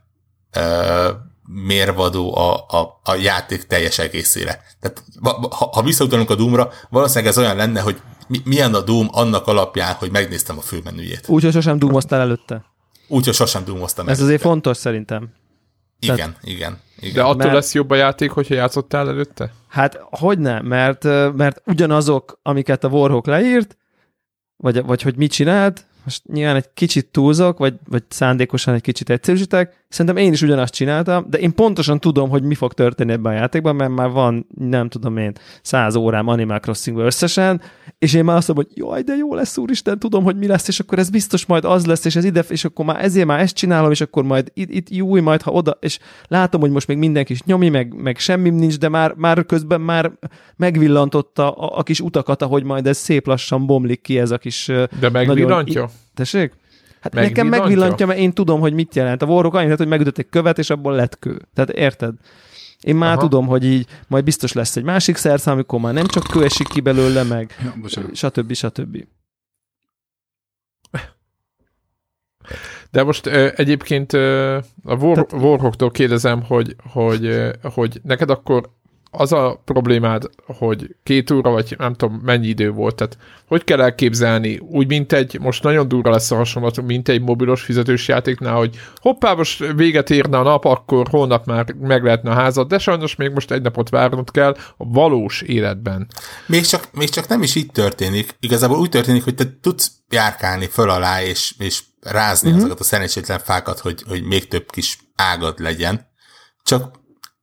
mérvadó a játék teljes egészére. Tehát ha visszautalunk a Doomra, valószínűleg ez olyan lenne, hogy milyen a Doom annak alapján, hogy megnéztem a főmenüjét. Úgyhogy sosem Doomoztál előtte. Úgyhogy sosem Doomoztam előtte. Ez azért fontos szerintem. Igen. De attól lesz jobb a játék, hogyha játszottál előtte? Hát hogyne, mert ugyanazok, amiket a Warhawk leírt, vagy hogy mit csinált, most nyilván egy kicsit túlzok, vagy szándékosan egy kicsit egyszerűsítek, szerintem én is ugyanazt csináltam, de én pontosan tudom, hogy mi fog történni ebben a játékban, mert már van, nem tudom én, 100 órám Animal Crossingban összesen, és én már azt mondom, hogy jaj, de jó lesz, úristen, tudom, hogy mi lesz, és akkor ez biztos majd az lesz, és ez ide, és akkor már ezért már ezt csinálom, és akkor majd itt jó, majd ha oda, és látom, hogy most még mindenki is nyomi, meg semmi nincs, de már közben már megvillantotta a kis utakat, ahogy majd ez szép lassan bomlik ki ez a kis... De megvillantja? Tessék? Hát nekem megvillantja, mert én tudom, hogy mit jelent. A Warhawk annyit, hogy megütött egy követ, és abból lett kő. Tehát érted? Én már tudom, hogy így majd biztos lesz egy másik szerszám, amikor már nem csak kő esik ki belőle, meg stb. De most egyébként a Warhawktól kérdezem, hogy neked akkor az a problémád, hogy 2 óra, vagy nem tudom mennyi idő volt, tehát hogy kell elképzelni, úgy mint most nagyon durva lesz a hasonlat, mint egy mobilos fizetős játéknál, hogy hoppá, most véget érne a nap, akkor holnap már meg lehetne a házad, de sajnos még most egy napot várnod kell a valós életben. Még csak nem is így történik. Igazából úgy történik, hogy te tudsz járkálni föl alá, és rázni azokat a szerencsétlen fákat, hogy még több kis ágad legyen. Csak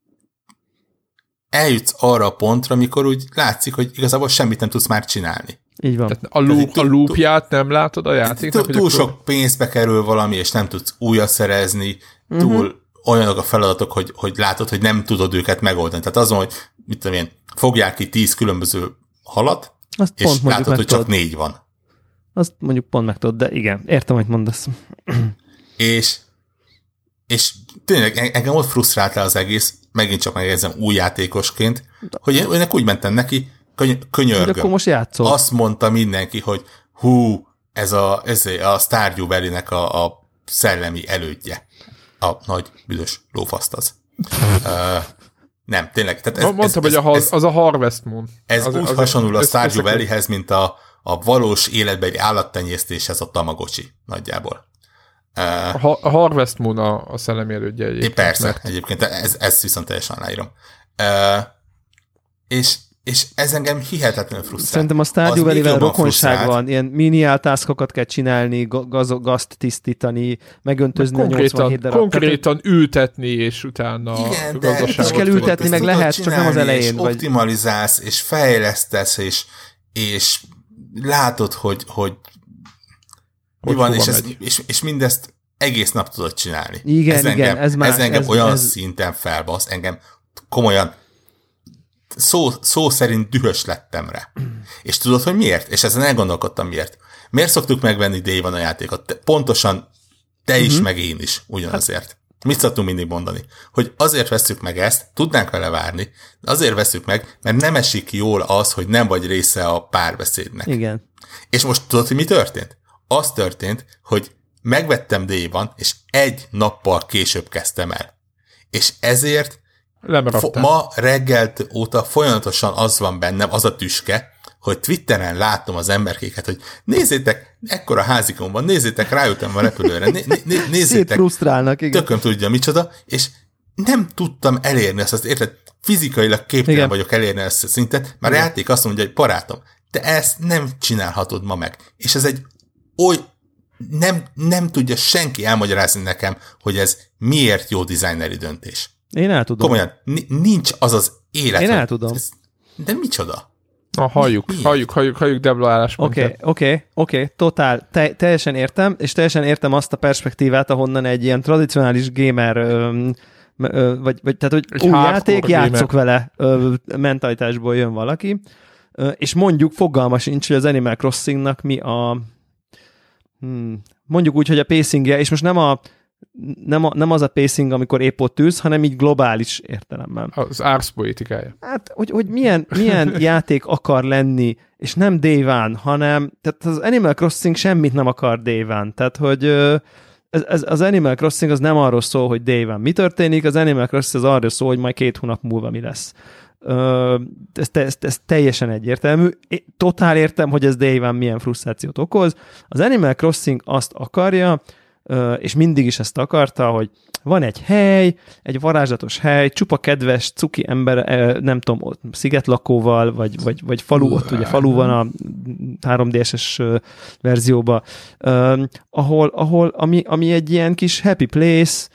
eljutsz arra a pontra, amikor úgy látszik, hogy igazából semmit nem tudsz már csinálni. Így van. Tehát a loopját nem látod a játéknak? Túl sok pénzbe kerül valami, és nem tudsz újat szerezni, túl olyanok a feladatok, hogy látod, hogy nem tudod őket megoldani. Tehát azon, hogy mit tudom én, fogjál ki 10 különböző halat, azt és látod, hogy csak 4 van. Azt mondjuk pont meg tudod, de igen, értem, hogy mondasz. És tényleg engem ott frusztráltál az egész, megint csak megjegyzem új játékosként, hogy én ennek úgy mentem neki, könyörgöm. Akkor most játszol. Azt mondta mindenki, hogy ez a Stardew Valley-nek a szellemi elődje. A nagy büdös lófaszt az. Nem, tényleg. Tehát mondtam, hogy az a Harvest Moon. Ez úgy hasonlul a Stardew Valley-hez, mint a valós életbeli állattenyésztéshez a Tamagocsi nagyjából. A Harvest Moon a szellemi elődje egyébként. Persze, egyébként, ez viszont teljesen aláírom. És ez engem hihetetlenül frusztrál. Szerintem a Stardew Valley-vel rokonság van, ilyen miniál taskokat kell csinálni, gazt tisztítani, megöntözni a 87 darab. Konkrétan ültetni, és utána igen, gazdaságot. És kell ültetni, meg lehet, csak nem az elején. És optimalizálsz, és fejlesztesz, és látod, hogy mi van, és mindezt egész nap tudod csinálni. Igen, ez engem olyan szinten felbasz, engem komolyan szó szerint dühös lettem rá. És tudod, hogy miért? És ezen elgondolkodtam miért. Miért szoktuk megvenni Day One a játékot? Pontosan te is, meg én is ugyanazért. Mit szoktunk mindig mondani? Hogy azért vesszük meg ezt, tudnánk vele várni, de azért vesszük meg, mert nem esik jól az, hogy nem vagy része a párbeszédnek. Igen. És most tudod, hogy mi történt? Az történt, hogy megvettem Day-ban, és 1 nappal később kezdtem el. És ezért ma reggel óta folyamatosan az van bennem, az a tüske, hogy Twitteren látom az emberkéket, hogy nézzétek, ekkora házikon van, nézzétek, rájöttem a repülőre, nézzétek, szétfrusztrálnak, igen. Tököm tudja micsoda, és nem tudtam elérni ezt, érted? Fizikailag képtelen vagyok elérni ezt a szintet, mert a játék azt mondja, hogy barátom, te ezt nem csinálhatod ma meg. És ez egy nem tudja senki elmagyarázni nekem, hogy ez miért jó designeri döntés. Én el tudom. Komolyan, nincs az az élet. Én el tudom. De micsoda? Halljuk Debla álláspontját. Oké, totál. Teljesen értem, és teljesen értem azt a perspektívát, ahonnan egy ilyen tradicionális gamer, vagy tehát, hogy új játék, játszok vele mentalitásból jön valaki, és mondjuk fogalma sincs, hogy az Animal Crossingnak mi a mondjuk úgy, hogy a pacingje, és most nem az a pacing, amikor épp ott ülsz, hanem így globális értelemben. Az ársz poétikája. Hát, hogy milyen játék akar lenni, és nem Day One, hanem tehát az Animal Crossing semmit nem akar Day One. Tehát, hogy az Animal Crossing az nem arról szól, hogy Day One mi történik, az Animal Crossing az arról szól, hogy majd 2 hónap múlva mi lesz. Ez teljesen egyértelmű. Totál értem, hogy ez Day One milyen frusztrációt okoz. Az Animal Crossing azt akarja, és mindig is ezt akarta, hogy van egy hely, egy varázslatos hely, csupa kedves, cuki ember, nem tudom, szigetlakóval, vagy falu, ott ugye falu van a 3DS-es verzióban, ami egy ilyen kis happy place,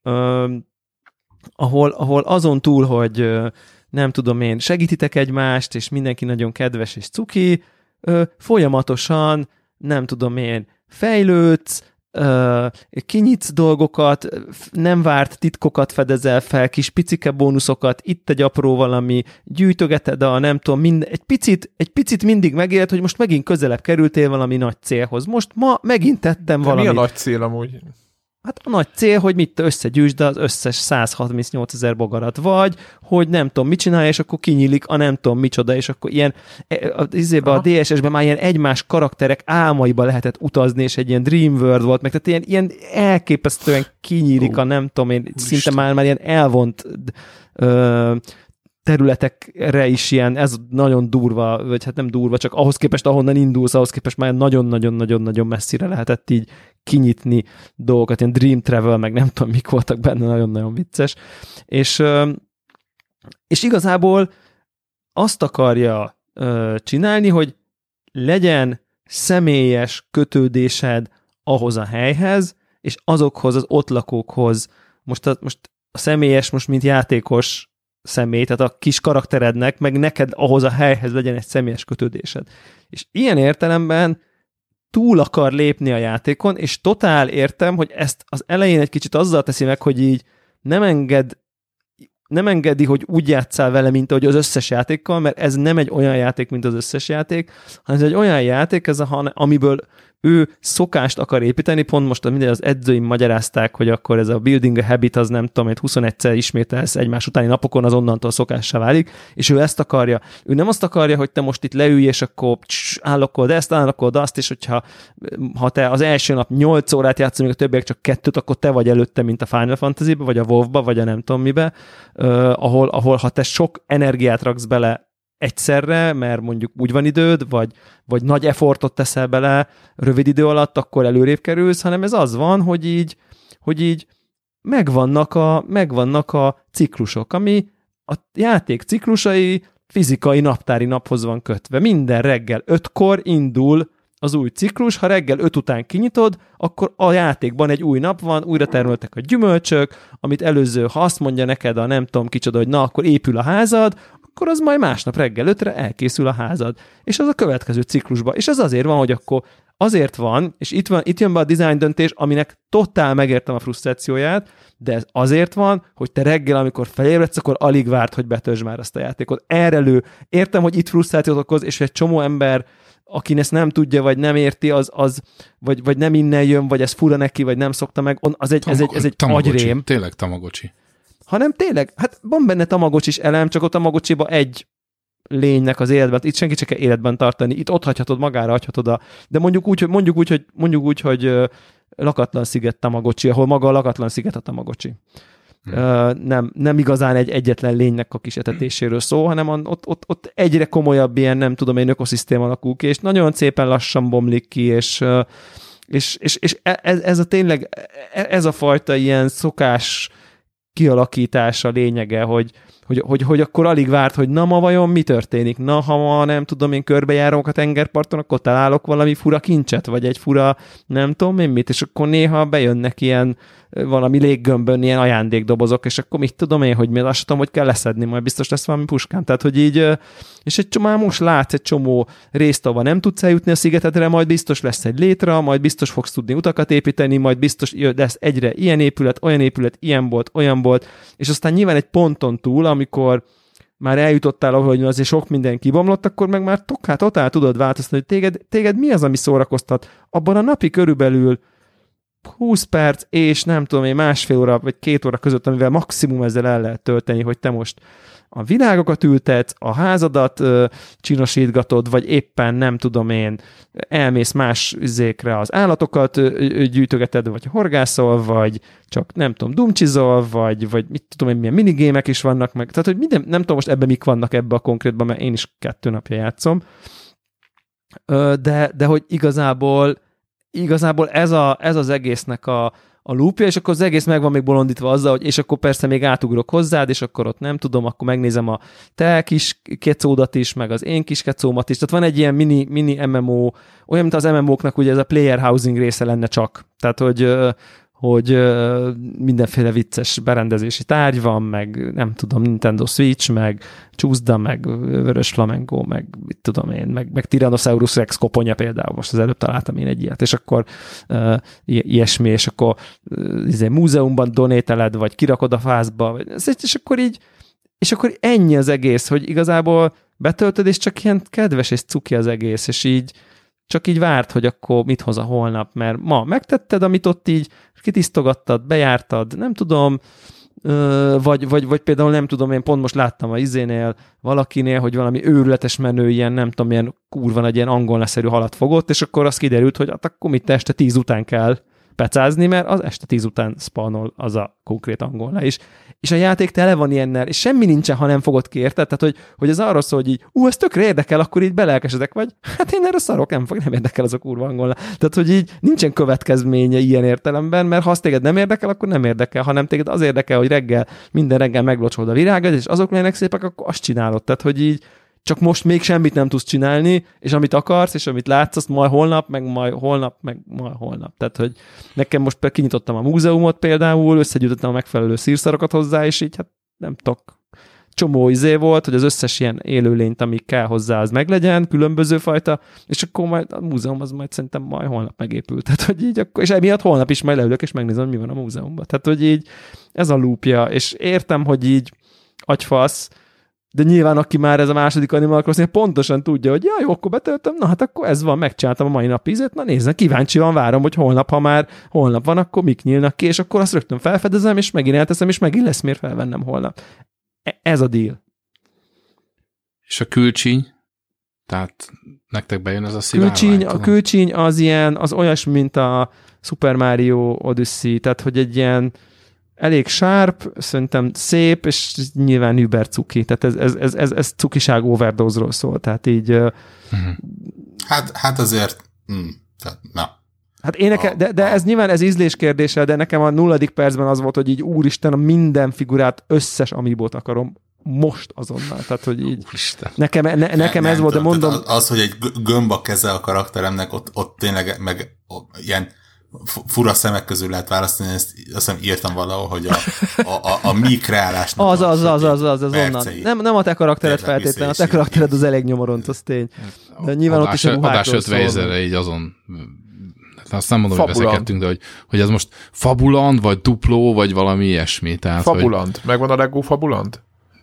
ahol azon túl, hogy nem tudom én, segítitek egymást, és mindenki nagyon kedves és cuki, folyamatosan, nem tudom én, fejlődsz, kinyitsz dolgokat, nem várt titkokat fedezel fel, kis picike bónuszokat, itt egy apró valami, gyűjtögeted a nem tudom, egy picit mindig megélt, hogy most megint közelebb kerültél valami nagy célhoz. Most ma megint tettem valamit. Mi a nagy cél amúgy? Hát a nagy cél, hogy mit összegyűjtsd az összes 138 000 bogarat, vagy hogy nem tudom mit csinálja, és akkor kinyílik a nem tudom micsoda, és akkor ilyen a DSS-ben már ilyen egymás karakterek álmaiba lehetett utazni, és egy ilyen Dream World volt, meg tehát ilyen elképesztően kinyílik a nem tudom én, szinte már ilyen elvont területekre is ilyen, ez nagyon durva, vagy hát nem durva, csak ahhoz képest, ahonnan indulsz, ahhoz képest már nagyon-nagyon-nagyon messzire lehetett így kinyitni dolgokat, ilyen Dream Travel, meg nem tudom, mik voltak benne, nagyon-nagyon vicces. És igazából azt akarja csinálni, hogy legyen személyes kötődésed ahhoz a helyhez, és azokhoz az ott lakókhoz. Most a személyes, mint játékos személy, tehát a kis karakterednek, meg neked ahhoz a helyhez legyen egy személyes kötődésed. És ilyen értelemben túl akar lépni a játékon, és totál értem, hogy ezt az elején egy kicsit azzal teszi meg, hogy így nem engedi, hogy úgy játsszál vele, mint ahogy az összes játékkal, mert ez nem egy olyan játék, mint az összes játék, hanem ez egy olyan játék, amiből ő szokást akar építeni, pont most az edzőim magyarázták, hogy akkor ez a building a habit, az nem tudom, hogy 21-szer ismételsz egymás utáni napokon, az onnantól szokássá válik, és ő ezt akarja. Ő nem azt akarja, hogy te most itt leülj, és akkor állokold ezt, állokold azt, és hogyha te az első nap 8 órát játszol, még a többiek csak 2, akkor te vagy előtte, mint a Final Fantasy-be, vagy a WoW-ba, vagy a nem tudom mibe, ahol ha te sok energiát raksz bele egyszerre, mert mondjuk úgy van időd, vagy nagy effortot teszel bele rövid idő alatt, akkor előrébb kerülsz, hanem ez az van, hogy így megvannak a ciklusok, ami a játék ciklusai fizikai naptári naphoz van kötve. Minden reggel 5-kor indul az új ciklus, ha reggel 5 után kinyitod, akkor a játékban egy új nap van, újra termeltek a gyümölcsök, amit előző, ha azt mondja neked a nem tudom kicsoda, hogy na, akkor épül a házad, akkor az majd másnap reggel 5-re elkészül a házad. És az a következő ciklusba. És ez azért van, hogy akkor azért van, és itt jön be a design döntés, aminek totál megértem a frusztrációját, de ez azért van, hogy te reggel, amikor felébredsz, akkor alig várt, hogy betöltsd már azt a játékot. Erre lő. Értem, hogy itt frusztrációt okoz, és egy csomó ember akin ezt nem tudja, vagy nem érti, vagy nem innen jön, vagy ez fura neki, vagy nem szokta meg, ez egy agyrém. Tényleg Tamagocsi. Hanem tényleg, hát van benne Tamagocsis elem, csak a Tamagocsiba egy lénynek az életben, itt senki csak kell életben tartani, itt ott hagyhatod, magára hagyhatod de mondjuk úgy, hogy lakatlan sziget Tamagocsi, ahol maga a lakatlan sziget a Tamagocsi. Nem igazán egy egyetlen lénynek a kis etetéséről szó, hanem ott egyre komolyabb ilyen, nem tudom én, ökoszisztéma alakul ki, és nagyon szépen lassan bomlik ki, és ez a tényleg, ez a fajta ilyen szokás kialakítása lényege, hogy akkor alig várt, hogy na ma vajon mi történik? Na, ha ma nem tudom, én körbejárok a tengerparton, akkor találok valami fura kincset, vagy egy fura nem tudom én mit, és akkor néha bejönnek ilyen valami léggömbön ilyen ajándékdobozok, és akkor mit tudom én, hogy mi azt tudom, hogy kell leszedni, majd biztos lesz valami puskám. Tehát, hogy így, és már most látsz egy csomó részt, ahol nem tudsz eljutni a szigetedre, majd biztos lesz egy létre, majd biztos fogsz tudni utakat építeni, majd biztos lesz egyre ilyen épület, ilyen bolt, olyan bolt, és aztán nyilván egy ponton túl, amikor már eljutottál, ahogy azért sok minden kibomlott, akkor meg már totál tudod változtatni, hogy téged mi az, ami szórakoztat. Abban a napi körülbelül 20 perc és nem tudom én másfél óra vagy 2 óra között, amivel maximum ezzel el lehet tölteni, hogy te most a virágokat ültetsz, a házadat csinosítgatod, vagy éppen nem tudom én, elmész más üzékre az állatokat gyűjtögeted, vagy horgászol, vagy csak nem tudom, dumcsizol, vagy mit tudom én, milyen minigémek is vannak meg. Tehát, hogy minden, nem tudom most ebben mik vannak ebbe a konkrétban, mert én is 2 napja játszom. De hogy igazából ez az egésznek a loopja, és akkor az egész meg van még bolondítva azzal, hogy és akkor persze még átugrok hozzád, és akkor ott nem tudom, akkor megnézem a te kis kecódat is, meg az én kis kecómat is. Tehát van egy ilyen mini MMO, olyan, mint az MMO-knak ugye ez a player housing része lenne csak. Tehát, hogy mindenféle vicces berendezési tárgy van, meg nem tudom, Nintendo Switch, meg csúszda, meg vörös flamengo, meg mit tudom én, meg Tyrannosaurus Rex koponya például, most az előbb találtam én egy ilyet, és akkor ilyesmi, és akkor múzeumban donételed, vagy kirakod a fázba, és akkor ennyi az egész, hogy igazából betöltöd, és csak ilyen kedves és cuki az egész, és így csak így várt, hogy akkor mit hoz a holnap, mert ma megtetted, amit ott így kitisztogattad, bejártad, nem tudom, vagy például nem tudom, én pont most láttam a izénél valakinél, hogy valami őrületes menő ilyen, nem tudom, ilyen kurva nagy ilyen angolnaszerű halat fogott, és akkor az kiderült, hogy akkor mit este 10 után kell pecázni, mert az este 10 után spawnol az a konkrét angolna is. És a játék tele van ilyennel, és semmi nincsen, ha nem fogod ki, érted? Tehát, hogy ez arról szól, hogy így, ez tökre érdekel, akkor így belelkesedek, vagy hát én erre szarok, nem érdekel az a kurva angolna. Tehát, hogy így nincsen következménye ilyen értelemben, mert ha az téged nem érdekel, akkor nem érdekel, hanem téged az érdekel, hogy minden reggel meglocsolod a virágot, és azok lennek szépek, akkor azt csinálod. Tehát, hogy így csak most még semmit nem tudsz csinálni, és amit akarsz, és amit látsz, azt majd holnap, meg majd holnap, meg majd holnap. Tehát, hogy nekem most kinyitottam a múzeumot például, összegyűjtöttem a megfelelő szírszarokat hozzá, és így hát nem tudok. Csomó volt, hogy az összes ilyen élőlényt, ami kell hozzá, az meglegyen, különböző fajta, és akkor majd a múzeum az majd szerintem majd holnap megépül. Tehát, hogy így akkor, és emiatt holnap is majd leülök, és megnézem, mi van a múzeumban. Tehát, hogy így ez a loopja, és értem, hogy így agyfasz, de nyilván aki már ez a második Animal Crossing pontosan tudja, hogy jó, akkor betöltöm, na hát akkor ez van, megcsináltam a mai nap ízét, na nézzen, kíváncsian várom, hogy holnap, ha már holnap van, akkor mik nyílnak ki, és akkor azt rögtön felfedezem, és megint elteszem, és megint lesz miért felvennem holnap. Ez a deal. És a külcsíny? Tehát nektek bejön ez a szivárvány? A külcsíny az ilyen, az olyasmi, mint a Super Mario Odyssey, tehát hogy egy ilyen elég sharp, szerintem szép, és nyilván über cuki. Tehát ez cukiság overdose-ról szól. Tehát így... Hát azért... Tehát, na. Hát de ez nyilván ez ízlés kérdése, de nekem a 0. percben az volt, hogy így úristen, a minden figurát, összes amiibót akarom most azonnal. Tehát, hogy így... Nekem ez volt, de mondom... Az, hogy egy gömb a keze a karakteremnek, ott tényleg meg ilyen fura szemek közül lehet választani, ezt azt hiszem írtam valahol, hogy a mi kreálásnak az onnan. Nem a te karaktered feltétlenül, a te karaktered az elég nyomoront, az tény. De nyilván ott is a ruhákról szól. Így azon... Azt nem mondom, hogy veszekedtünk, de hogy ez most fabulant, vagy dupló, vagy valami ilyesmi. Tehát, fabulant. Megvan a Lego fabulant?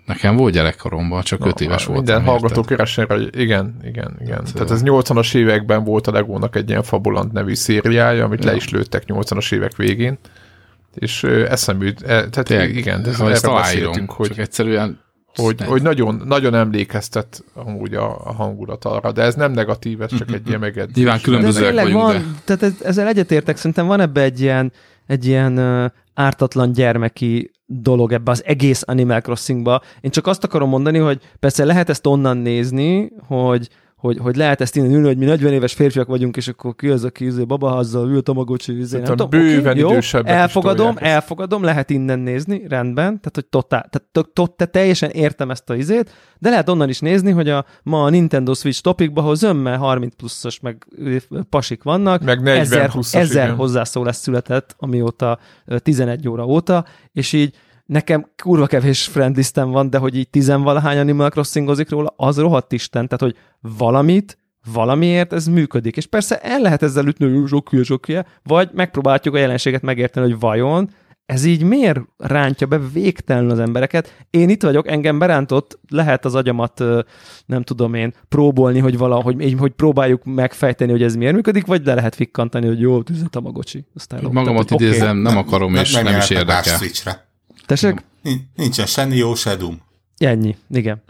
Nekem volt gyerekkoromban, csak 5 éves voltam. Minden hallgató keresne, hogy igen. Tehát ez 80-as években volt a Legónak egy ilyen Fabulant nevű szériája, amit le is lőttek 80-as évek végén. És eszemű, tehát igen, de erre beszéltünk, hogy csak egyszerűen hogy nagyon, nagyon emlékeztet amúgy a hangulat arra, de ez nem negatív, ez csak egy ilyen megedzés. Nyilván különbözőek vagyunk, van, tehát ezzel egyetértek, szerintem van ebbe egy ilyen ártatlan gyermeki dolog ebbe az egész Animal Crossingba. Én csak azt akarom mondani, hogy persze lehet ezt onnan nézni, hogy lehet ezt innen ülni, hogy mi 40 éves férfiak vagyunk, és akkor ki az, aki babaházzal ül, Tamagocsi, nem tudom. Bőven idősebbek elfogadom, lehet innen nézni, rendben, tehát hogy teljesen értem ezt a izét, de lehet onnan is nézni, hogy ma a Nintendo Switch topikban, ahol zömmel 30 pluszos meg pasik vannak, meg 40 1000 hozzászólás született, amióta 11 óra óta, és így nekem kurva kevés friendlistem van, de hogy így 10-valahány Animal Crossingozik róla, az rohadt isten, tehát hogy valamiért ez működik. És persze el lehet ezzel ütni, hogy zsokja, vagy megpróbáljuk a jelenséget megérteni, hogy vajon ez így miért rántja be végtelenül az embereket. Én itt vagyok, engem berántott, lehet az agyamat, nem tudom én, próbálni, hogy valahogy hogy próbáljuk megfejteni, hogy ez miért működik, vagy le lehet fikkantani, hogy jó, tűzött Tamagocsi. Magamat idézem, nem akarom, és nem is érdekel. Tessék? Nincsen se Nioh, se Doom. Ennyi, igen.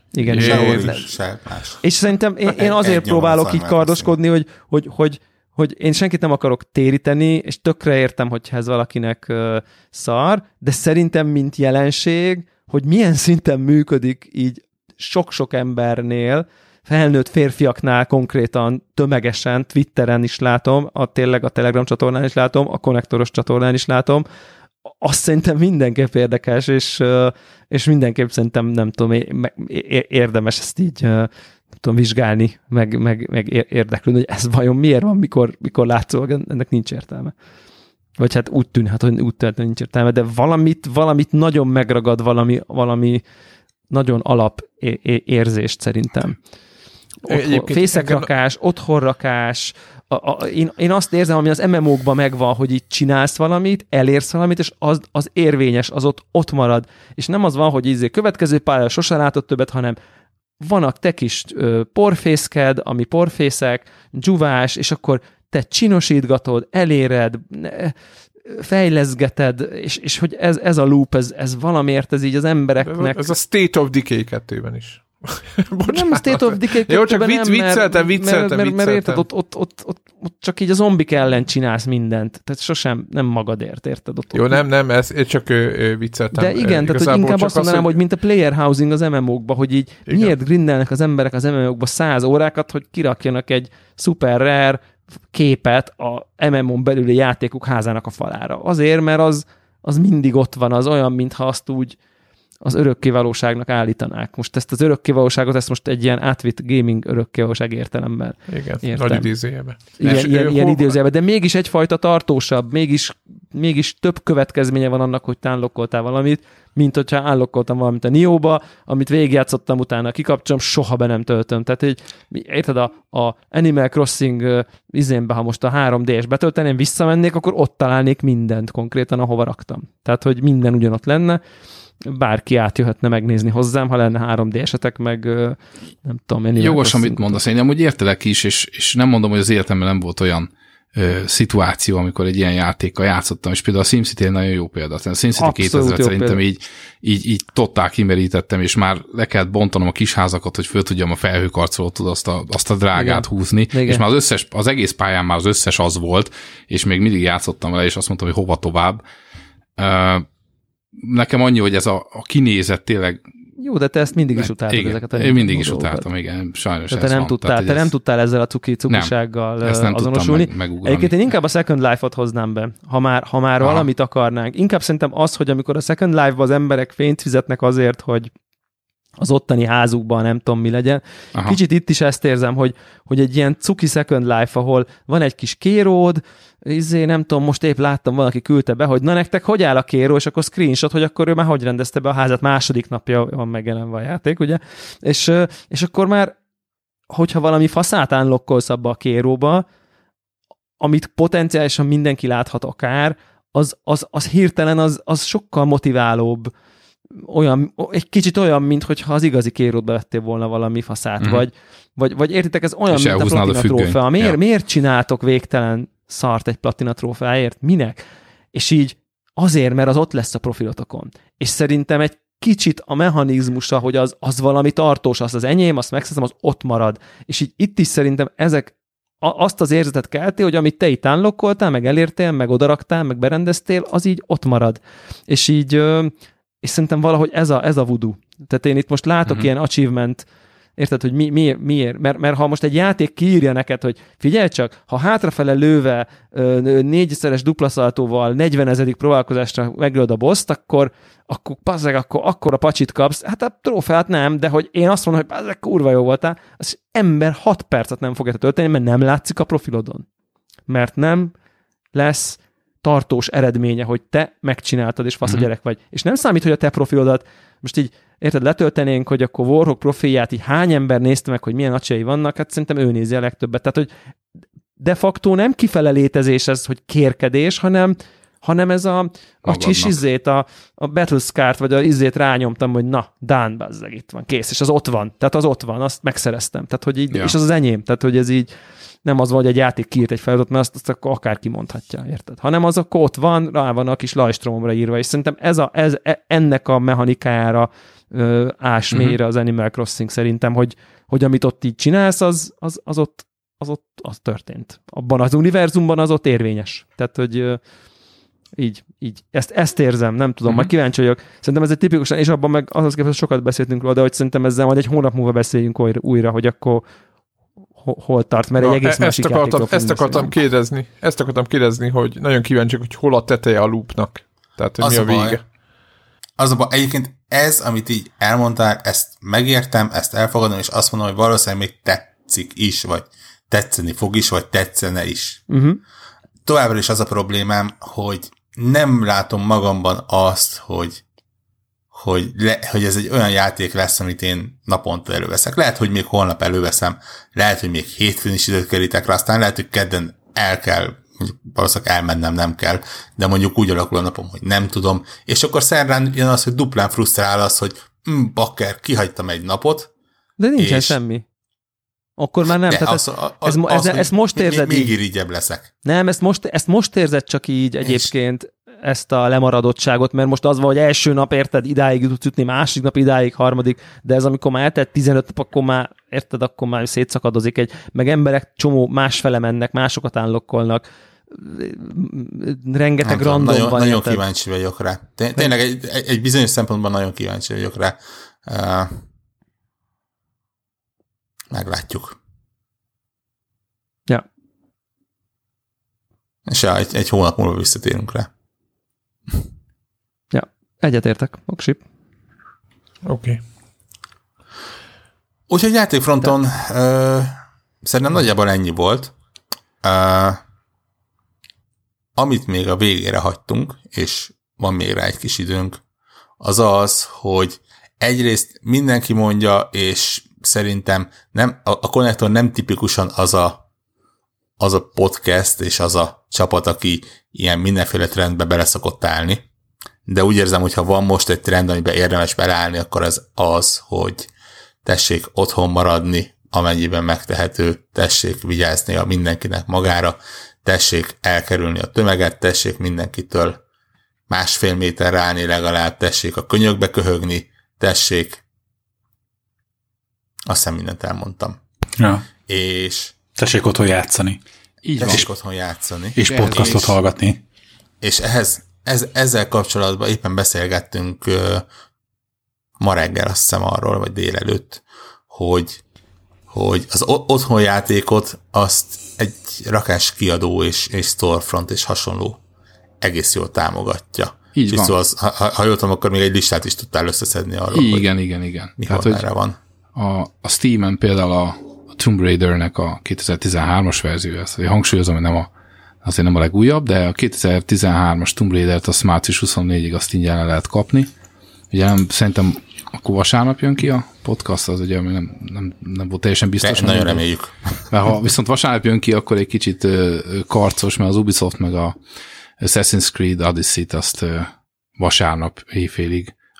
És szerintem én azért egy próbálok így kardoskodni, hogy én senkit nem akarok téríteni, és tökre értem, hogyha ez valakinek szar, de szerintem mint jelenség, hogy milyen szinten működik így sok-sok embernél, felnőtt férfiaknál konkrétan, tömegesen, Twitteren is látom, tényleg a Telegram csatornán is látom, a konnektoros csatornán is látom, azt szerintem mindenképp érdekes, és mindenképp szerintem nem tudom, érdemes ezt így tudom vizsgálni, meg érdeklődni, hogy ez vajon miért van, mikor látszólag ennek nincs értelme. Vagy hát úgy tűnhet, hogy nincs értelme, de valamit nagyon megragad, valami nagyon alap érzést szerintem. Fészekrakás, otthonrakás, én azt érzem, ami az MMO-kban megvan, hogy így csinálsz valamit, elérsz valamit, és az érvényes, az ott marad. És nem az van, hogy következő pálya sose látott többet, hanem vannak te kis porfészked, ami porfészek, dzsuvás, és akkor te csinosítgatod, eléred, fejleszgeted, és hogy ez a loop, ez valamiért, ez így az embereknek... Ez a State of Decay 2-ben is. Nem State of Decay 2-ben jó, csak vicceltem. Mert érted, ott csak így a zombik ellen csinálsz mindent. Tehát sosem nem magadért, érted? Jó, nem, én csak vicceltem. De igen, tehát hogy inkább azt mondanám, hogy mint a player housing az MMO-kba, hogy így igen. Miért grindelnek az emberek az MMO-kba 100 órákat, hogy kirakjanak egy super rare képet a MMO-n belüli játékuk házának a falára. Azért, mert az mindig ott van, az olyan, mintha azt úgy az örökkévalóságnak állítanák. Most ezt az örökkévalóságot, ezt most egy ilyen átvitt gaming örökkévalóság értelemben. Igen, értem. Nagy idézőjelben. Ilyen idézőjelben, de mégis egyfajta tartósabb, mégis több következménye van annak, hogy te unlockoltál valamit, mint hogyha unlockoltam valamit a Nioh-ba, amit végigjátszottam, utána kikapcsolom, soha be nem töltöm. Tehát, hogy érted, a Animal Crossing izénbe, ha most a 3D-s betölteném, visszamennék, akkor ott találnék mindent konkrétan, ahova raktam. Tehát, hogy minden ugyanott lenne, bárki átjöhetne megnézni hozzám, ha lenne 3D esetek, meg nem tudom. Jogos, amit mondasz, én amúgy értelek is, és nem mondom, hogy az életemben nem volt olyan szituáció, amikor egy ilyen játékkal játszottam, és például a SimCity egy nagyon jó példa. A SimCity 2000 szerintem így totál kimerítettem, és már le kellett bontanom a kis házakat, hogy föl tudjam a felhőkarcolót, azt a drágát húzni, igen. És már az egész pályán már az összes az volt, és még mindig játszottam vele, és azt mondtam, hogy hova tovább. Nekem annyi, hogy ez a kinézet tényleg... Jó, de te ezt mindig is utáltad, igen, ezeket a én mindig is utáltam, igen, sajnos te nem tudtál ezzel a cukisággal azonosulni. Egyébként én inkább a Second Life-ot hoznám be, ha már valamit akarnánk. Inkább szerintem az, hogy amikor a Second Life-ban az emberek fényt fizetnek azért, hogy az ottani házukban nem tudom mi legyen. Aha. Kicsit itt is ezt érzem, hogy egy ilyen cuki Second Life, ahol van egy kis kéród, nem tudom, most épp láttam, valaki küldte be, hogy na nektek hogy áll a kéró, és akkor screenshot, hogy akkor ő már hogy rendezte be a házat, második napja van megjelenve a játék, ugye? És akkor már, hogyha valami faszát unlockolsz abba a kéróba, amit potenciálisan mindenki láthat akár, az hirtelen az sokkal motiválóbb egy kicsit olyan, mintha az igazi kérótba vettél volna valami faszát, vagy értitek, ez olyan, és mint a platina trófea. Miért csináltok végtelen szart egy platina trófeáért? Minek? És így azért, mert az ott lesz a profilotokon. És szerintem egy kicsit a mechanizmusa, hogy az valami tartós, az enyém, azt megszerzem, az ott marad. És így itt is szerintem ezek azt az érzetet kelti, hogy amit te itt unlockoltál, meg elértél, meg odaraktál, meg berendeztél, az így ott marad. És így, és szerintem valahogy ez a voodoo. Tehát én itt most látok ilyen achievement, érted, hogy miért? Mert ha most egy játék kiírja neked, hogy figyelj csak, ha hátrafele lőve 4-szeres duplaszaltóval 40 000. próbálkozásra megölöd a boszt, akkor a pacsit kapsz. Hát a trófeát nem, de hogy én azt mondom, hogy pazzeg, kurva jó voltál, az ember 6 percet nem fogja tölteni, mert nem látszik a profilodon. Mert nem lesz tartós eredménye, hogy te megcsináltad, és fasz a gyerek vagy. És nem számít, hogy a te profilodat most így, érted, letöltenénk, hogy akkor Warhawk profilját így hány ember nézte meg, hogy milyen acsai vannak, hát szerintem ő nézi a legtöbbet. Tehát, hogy de facto nem kifele létezés ez, hogy kérkedés, hanem ez a csis izzét, a Battle Scar-t, vagy a izzét rányomtam, hogy na, done, bazzeg, itt van, kész, és az ott van. Tehát az ott van, azt megszereztem. Tehát, hogy így, és az enyém. Tehát, hogy ez így nem az van, hogy egy játék kiírt egy feladatot, mert azt akkor akár kimondhatja, érted? Hanem az akkor ott van, rá van a kis lajstromra írva, és szerintem ennek a mechanikájára ás mélyre az Animal Crossing szerintem, hogy amit ott így csinálsz, az történt. Abban az univerzumban az ott érvényes. Tehát, hogy így ezt érzem, nem tudom, majd kíváncsi vagyok. Szerintem ez egy tipikusan, és abban meg ahhoz képest sokat beszéltünk róla, de hogy szerintem ezzel majd egy hónap múlva beszéljünk újra, hogy akkor hol tart, mert egy egész másik játékról Ezt akartam kérdezni, hogy nagyon kíváncsiak, hogy hol a teteje a loopnak. Tehát, hogy mi a vége. Egyébként ez, amit így elmondtál, ezt megértem, ezt elfogadom, és azt mondom, hogy valószínűleg még tetszik is, vagy tetszeni fog is, vagy tetszene is. Továbbra is az a problémám, hogy nem látom magamban azt, hogy ez egy olyan játék lesz, amit én naponta előveszek. Lehet, hogy még holnap előveszem, lehet, hogy még hétfőn is időt kerítek rá, aztán lehet, hogy kedden valószínűleg elmennem nem kell, de mondjuk úgy alakul a napom, hogy nem tudom, és akkor szerdán jön az, hogy duplán frusztrál az, hogy bakker, kihagytam egy napot. De nincsen semmi. Akkor már nem. Tehát ezt most érzed még irigyebb leszek. Nem, ezt most érzed csak így egyébként, ezt a lemaradottságot, mert most az van, hogy első nap érted, idáig tudsz jutni, másik nap idáig, harmadik, de ez amikor már eltelt 15 nap, akkor már érted, akkor már szétszakadozik meg emberek csomó másfele mennek, másokat unlockolnak, rengeteg random van. Nagyon kíváncsi vagyok rá. Tényleg egy bizonyos szempontban nagyon kíváncsi vagyok rá. Meglátjuk. Ja. És egy hónap múlva visszatérünk rá. Ja, egyetértek. Oké. Okay. Úgyhogy játékfronton szerintem nagyjából ennyi volt. Amit még a végére hagytunk, és van még rá egy kis időnk, az az, hogy egyrészt mindenki mondja, és szerintem a Konnektor nem tipikusan az a podcast, és az a csapat, aki ilyen mindenféle trendbe bele szokott állni, de úgy érzem, hogy ha van most egy trend, amiben érdemes beleállni, akkor az, hogy tessék otthon maradni, amennyiben megtehető, tessék vigyázni a mindenkinek magára, tessék elkerülni a tömeget, tessék mindenkitől 1,5 méterre állni legalább, tessék a könyökbe köhögni, tessék, azt hiszem mindent elmondtam. Ja. És tessék otthon játszani. Tessék otthon játszani. És podcastot hallgatni. És ezzel kapcsolatban éppen beszélgettünk ma reggel, azt hiszem arról, vagy délelőtt, hogy az otthonjátékot azt egy rakás kiadó és storefront és hasonló egész jól támogatja. Így van. Szóval ha jól tudom, akkor még egy listát is tudtál összeszedni arról, igen. mikor erre van. A Steam-en például a Tomb Raider-nek a 2013-as verzió, ezt hangsúlyozom, hogy azért nem a legújabb, de a 2013-as Tomb Raider-t azt március 24-ig azt ingyen lehet kapni. Ugye szerintem akkor vasárnap jön ki a podcast, az ugye nem volt teljesen biztos. Nagyon reméljük. Mert ha viszont vasárnap jön ki, akkor egy kicsit karcos, mert az Ubisoft meg a Assassin's Creed Odyssey-t azt vasárnap éjfélig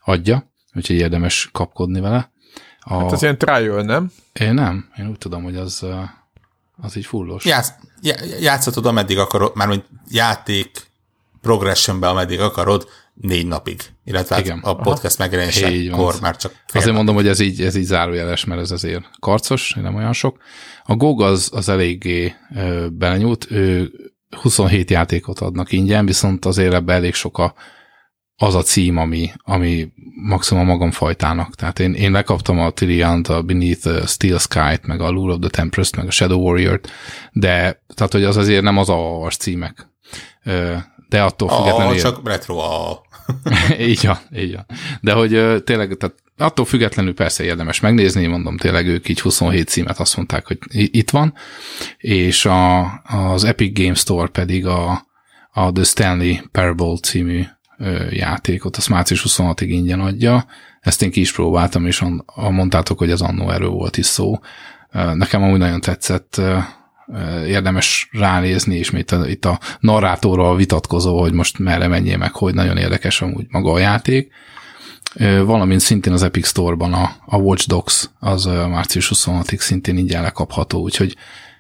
adja, úgyhogy érdemes kapkodni vele. Hát az ilyen trial, nem? Én úgy tudom, hogy az így fullos. Játszhatod ameddig akarod, mármint játék progressionbe ameddig akarod, 4 napig. Illetve a podcast megjelenésekor már csak azért mondom, hogy ez így zárójeles, mert ez azért karcos, nem olyan sok. A GOG az eléggé belenyúlt, 27 játékot adnak ingyen, viszont azért ebben elég sok az a cím, ami maximum magam fajtának. Tehát én lekaptam a Tyriant, a Beneath Steel Sky-t, meg a Lure of the Tempest, meg a Shadow Warrior-t, de tehát, hogy az azért nem az a címek. De attól függetlenül... Csak retro így van. De hogy tényleg, tehát attól függetlenül persze érdemes megnézni, mondom, tényleg ők így 27 címet azt mondták, hogy itt van, és az Epic Game Store pedig a The Stanley Parable című játékot, azt március 26-ig ingyen adja. Ezt én ki is próbáltam, és mondtátok, hogy az annó erről volt is szó. Nekem amúgy nagyon tetszett, érdemes ránézni, és itt a narrátorral vitatkozó, hogy most merre menjél meg, hogy nagyon érdekes amúgy maga a játék. Valamint szintén az Epic Store-ban a Watch Dogs az március 26-ig szintén ingyen lekapható, úgyhogy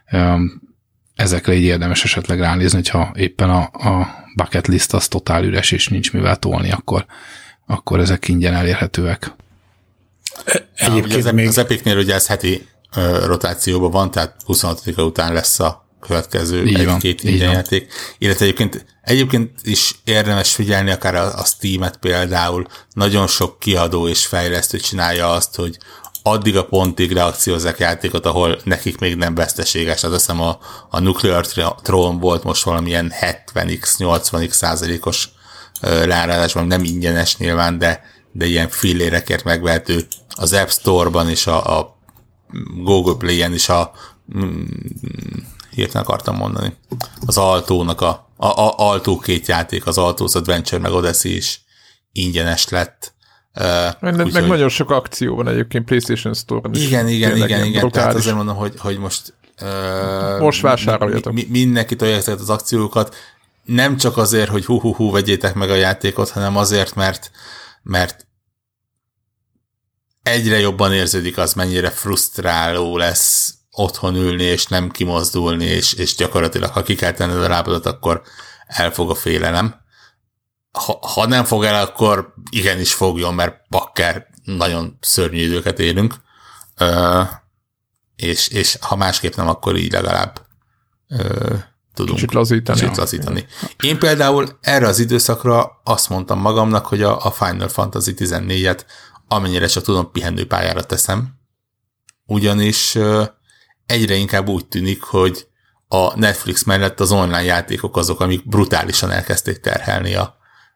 ezekre így érdemes esetleg ránézni, hogyha éppen a bucket list az totál üres, és nincs mivel tolni, akkor ezek ingyen elérhetőek. Egyébként az Epicnél ugye ez heti rotációban van, tehát 26-a után lesz a következő egy-két ingyen játék. Illetve egyébként is érdemes figyelni akár a Steam-et például. Nagyon sok kiadó és fejlesztő csinálja azt, hogy addig a pontig reakciózzák játékot, ahol nekik még nem veszteséges. Azt hiszem a Nuclear Throne volt most valamilyen 70x, 80x% leárazásban, nem ingyenes nyilván, de ilyen fillérekért megvehető. Az App Store-ban és a Google Play-en is hirtelen akartam mondani. Az Altónak a Altó 2 játék, az Altó's Adventure meg Odyssey is ingyenes lett. Meg nagyon sok akció van egyébként PlayStation Store-on is. Igen. Tehát azért mondom, hogy most most vásároljatok. Mindenki tolja ezeket az akciókat, nem csak azért, hogy hú, vegyétek meg a játékot, hanem azért, mert egyre jobban érződik az, mennyire frusztráló lesz otthon ülni, és nem kimozdulni, és gyakorlatilag, ha ki kell tenned a lábadat, akkor elfog a félelem. Ha nem fog el, akkor igenis fogjon, mert bakker, nagyon szörnyű időket élünk, és ha másképp nem, akkor így legalább tudunk kicsit lazítani. Én például erre az időszakra azt mondtam magamnak, hogy a Final Fantasy 14-et amennyire csak tudom, pihenőpályára teszem, ugyanis egyre inkább úgy tűnik, hogy a Netflix mellett az online játékok azok, amik brutálisan elkezdték terhelni a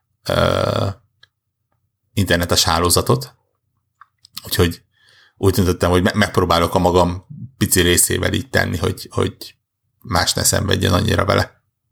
internetes hálózatot. Úgyhogy úgy döntöttem, hogy megpróbálok a magam pici részével így tenni, hogy más ne szenvedjen annyira vele.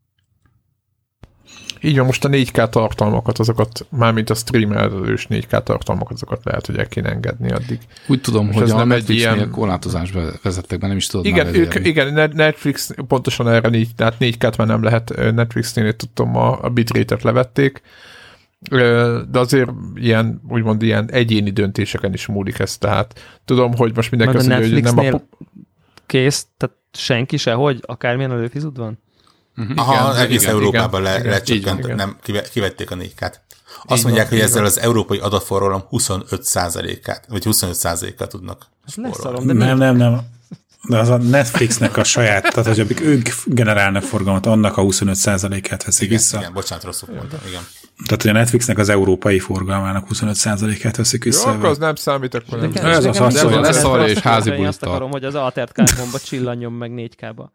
Így van, most a 4K tartalmakat, azokat, mármint a streamelős 4K tartalmakat, azokat lehet, hogy el kéne engedni addig. Úgy tudom, és hogy a Netflixnél korlátozásba vezettek be, nem is tudod igen, Netflix pontosan erre tehát 4K-t már nem lehet, Netflixnél tudom, a bitrate-et levették, de azért úgymond ilyen egyéni döntéseken is múlik ez, tehát tudom, hogy most mindenki azt mondja, hogy nem kész, tehát senki sehogy, akármilyen előfizud van? Aha, egész Európában lecsökkent, nem, kivették a 4K-t. Azt mondják, hogy ezzel az európai adatforgalom 25%-át, vagy 25%-át tudnak spórolni. Nem. De az a Netflixnek a saját, tehát hogy akik ők generálnak forgalmat, annak a 25%-át veszik vissza. Igen, bocsánat, rosszul mondtam, igen. Tehát, hogy a Netflixnek az európai forgalmának 25%-át veszik vissza. Jó, akkor az nem számít, akkor nem. Ez az harcolja. Leszarja és házi bulittal. Én azt akarom, hogy az Altered Carbonba csillanjon meg 4K-ba.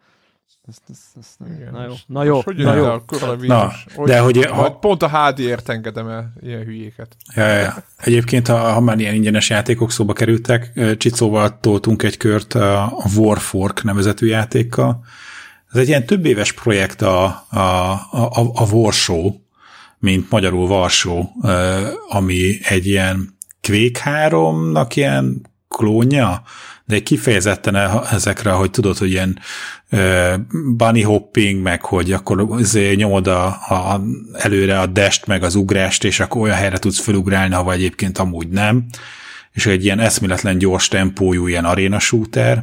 Na jó. De hogy pont a HD-ért engedem el ilyen hülyéket. Ja. Egyébként, ha már ilyen ingyenes játékok szóba kerültek, Csicóval toltunk egy kört a Warfork nevezetű játékkal. Ez egy ilyen több éves projekt a Warshow, mint magyarul Varsó, ami egy ilyen Quake 3-nak ilyen klónja, de kifejezetten ezekre, hogy tudod, hogy ilyen bunny hopping, meg hogy akkor nyomod előre a dash-t, meg az ugrást, és akkor olyan helyre tudsz felugrálni, ha egyébként amúgy nem. És egy ilyen eszméletlen gyors tempójú ilyen arena shooter,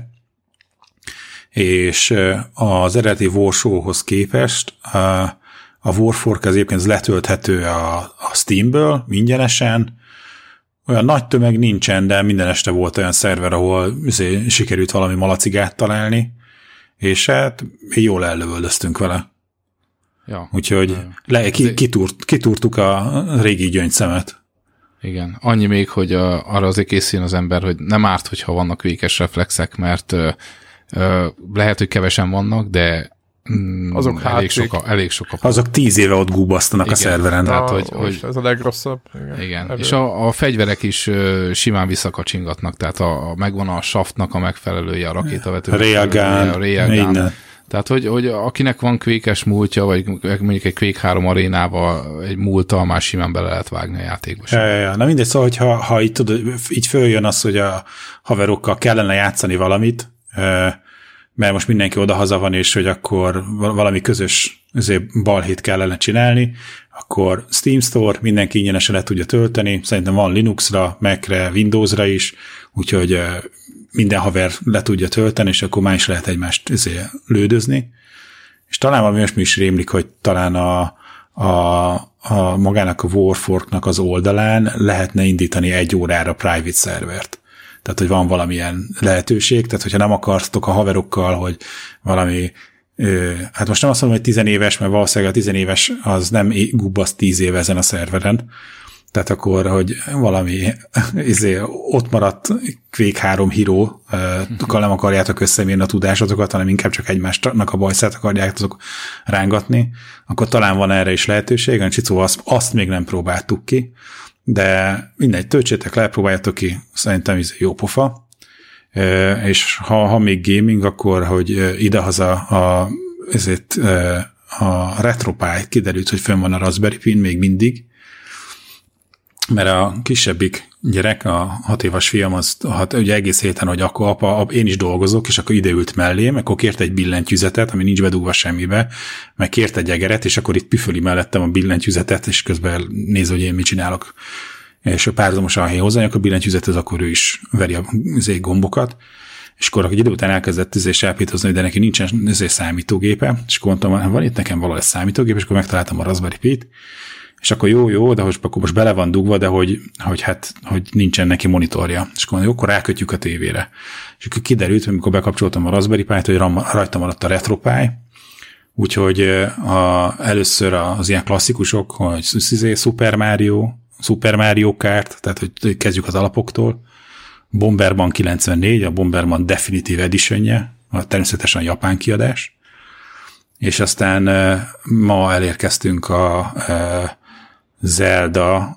és az eredeti Warshow-hoz képest a Warfork az egyébként letölthető a Steamből ingyenesen, olyan nagy tömeg nincsen, de minden este volt olyan szerver, ahol sikerült valami malacigát találni, és hát jól ellövöldöztünk vele. Ja, úgyhogy kitúrtuk a régi gyöngyszemet. Igen. Annyi még, hogy arra azért készüljön az ember, hogy nem árt, hogyha vannak vékes reflexek, mert lehet, hogy kevesen vannak, de azok elég sok. Azok 10 éve ott gúbasztanak a szerveren. Tehát, hogy ez a legrosszabb. Igen. És a fegyverek is simán visszakacsingatnak, tehát megvan a shaftnak a megfelelője, a rakétavető. A Railgun. Tehát, hogy akinek van Quake-es múltja, vagy mondjuk egy Quake 3 arénával egy múlta, már simán bele lehet vágni a játékba. Ja. Na mindegy, szóval, ha így, tudod, így följön az, hogy a haverokkal kellene játszani valamit, mert most mindenki odahaza van, és hogy akkor valami közös balhét kellene csinálni, akkor Steam Store mindenki ingyenesen le tudja tölteni, szerintem van Linuxra, Macre, Windowsra is, úgyhogy minden haver le tudja tölteni, és akkor már is lehet egymást lődözni. És talán valami olyasmi is rémlik, hogy talán a magának a Warforknak az oldalán lehetne indítani 1 órára private szervert. Tehát, hogy van valamilyen lehetőség, tehát, hogyha nem akartok a haverokkal, hogy valami, hát most nem azt mondom, hogy 10 éves, mert valószínűleg a 10 éves az nem gubbaszt 10 éve ezen a szerveren, tehát akkor, hogy valami ott maradt Quake 3 hero, nem akarjátok összemérni a tudásotokat, hanem inkább csak egymásnak a bajszát akarjátok rángatni, akkor talán van erre is lehetőség, a Csicó azt még nem próbáltuk ki, de mindegy, töltsétek le, próbáljátok ki, szerintem ez jó pofa, és ha még gaming, akkor, hogy idehaza a RetroPie kiderült, hogy fönn van a Raspberry Pi még mindig, mert a kisebbik gyerek, a 6 éves fiam, az ugye egész héten, hogy akkor apa, én is dolgozok, és akkor ideült mellém, akkor kért egy billentyűzetet, ami nincs bedugva semmibe, meg kért egy egeret, és akkor itt püföli mellettem a billentyűzetet, és közben néz, hogy én mit csinálok, és párhuzamosan ha hozzányok a billentyűzethez, akkor ő is veri a gombokat, és akkor egy idő után elkezdett sápítozni, de neki nincsen számítógépe, és akkor mondtam, van itt nekem valahol egy számítógép, és akkor megtaláltam a Raspberry Pi-t, és akkor jó, de akkor most bele van dugva, de hogy nincsen neki monitorja. És akkor akkor rákötjük a tévére. És akkor kiderült, hogy amikor bekapcsoltam a Raspberry Pi-t, hogy rajta maradt a RetroPie, úgyhogy először az ilyen klasszikusok, hogy Super Mario Kart, tehát hogy kezdjük az alapoktól, Bomberman 94, a Bomberman Definitive Edition-je, természetesen a japán kiadás, és aztán ma elérkeztünk a Zelda,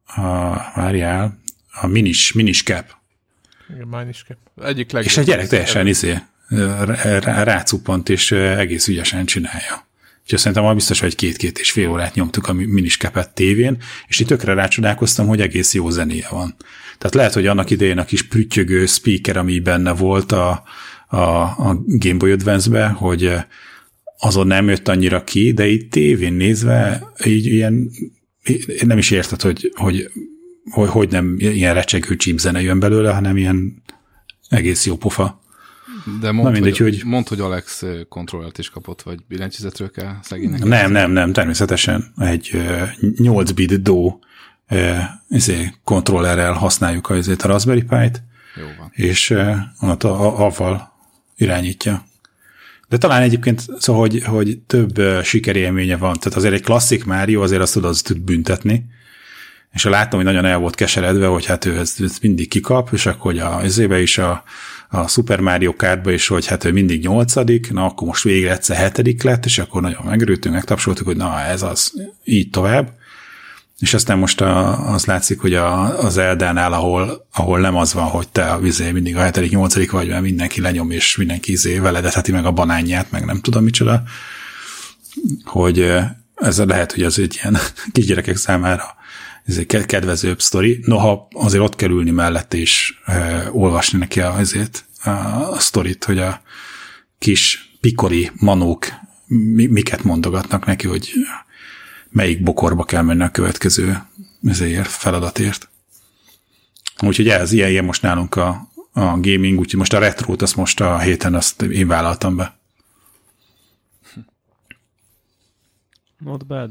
a Minish Cap. Igen, Minish Cap. Egyik legjobb. És a gyerek teljesen rácuppant, és egész ügyesen csinálja. Úgyhogy szerintem már biztos, hogy 2-2,5 órát nyomtuk a Minish Cap-et tévén, és itt tökre rácsodálkoztam, hogy egész jó zenéje van. Tehát lehet, hogy annak idején a kis prüttyögő speaker, ami benne volt a Game Boy Advance-be, hogy azon nem jött annyira ki, de így tévén nézve így ilyen nem is érted, hogy nem ilyen recsegő csípzene jön belőle, hanem ilyen egész jó pofa. De mondd, hogy Alex kontrollert is kapott, vagy billentyűzetről kell szegénynek. Nem, természetesen egy 8-bit DO kontrollerrel használjuk a Raspberry Pi-t, és avval irányítja. De talán egyébként szóval, hogy több sikerélménye van. Tehát azért egy klasszik Mario azért azt tud büntetni. És látom, hogy nagyon el volt keseredve, hogy hát ő ezt mindig kikap, és akkor ezébe is a Super Mario Kartba is, hogy hát ő mindig 8, na akkor most végre egyszer 7 lett, és akkor nagyon megörültünk, megtapsoltuk, hogy na ez az, így tovább. És aztán most az látszik, hogy az Eldánál, ahol nem az van, hogy te mindig a 7.-8. vagy, mert mindenki lenyom, és mindenki veledetheti meg a banánját, meg nem tudom micsoda, hogy ez lehet, hogy az egy ilyen kisgyerekek számára ez egy kedvezőbb sztori. Noha azért ott kell ülni mellett és olvasni neki a sztorit, hogy a kis pikori manók miket mondogatnak neki, hogy melyik bokorba kell menni a következő feladatért. Úgyhogy ez ilyen most nálunk a gaming, úgyhogy most a retrót, azt most a héten azt én vállaltam be. Not bad.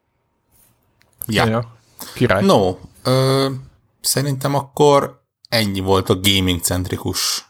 Ja. Király. No, szerintem akkor ennyi volt a gaming-centrikus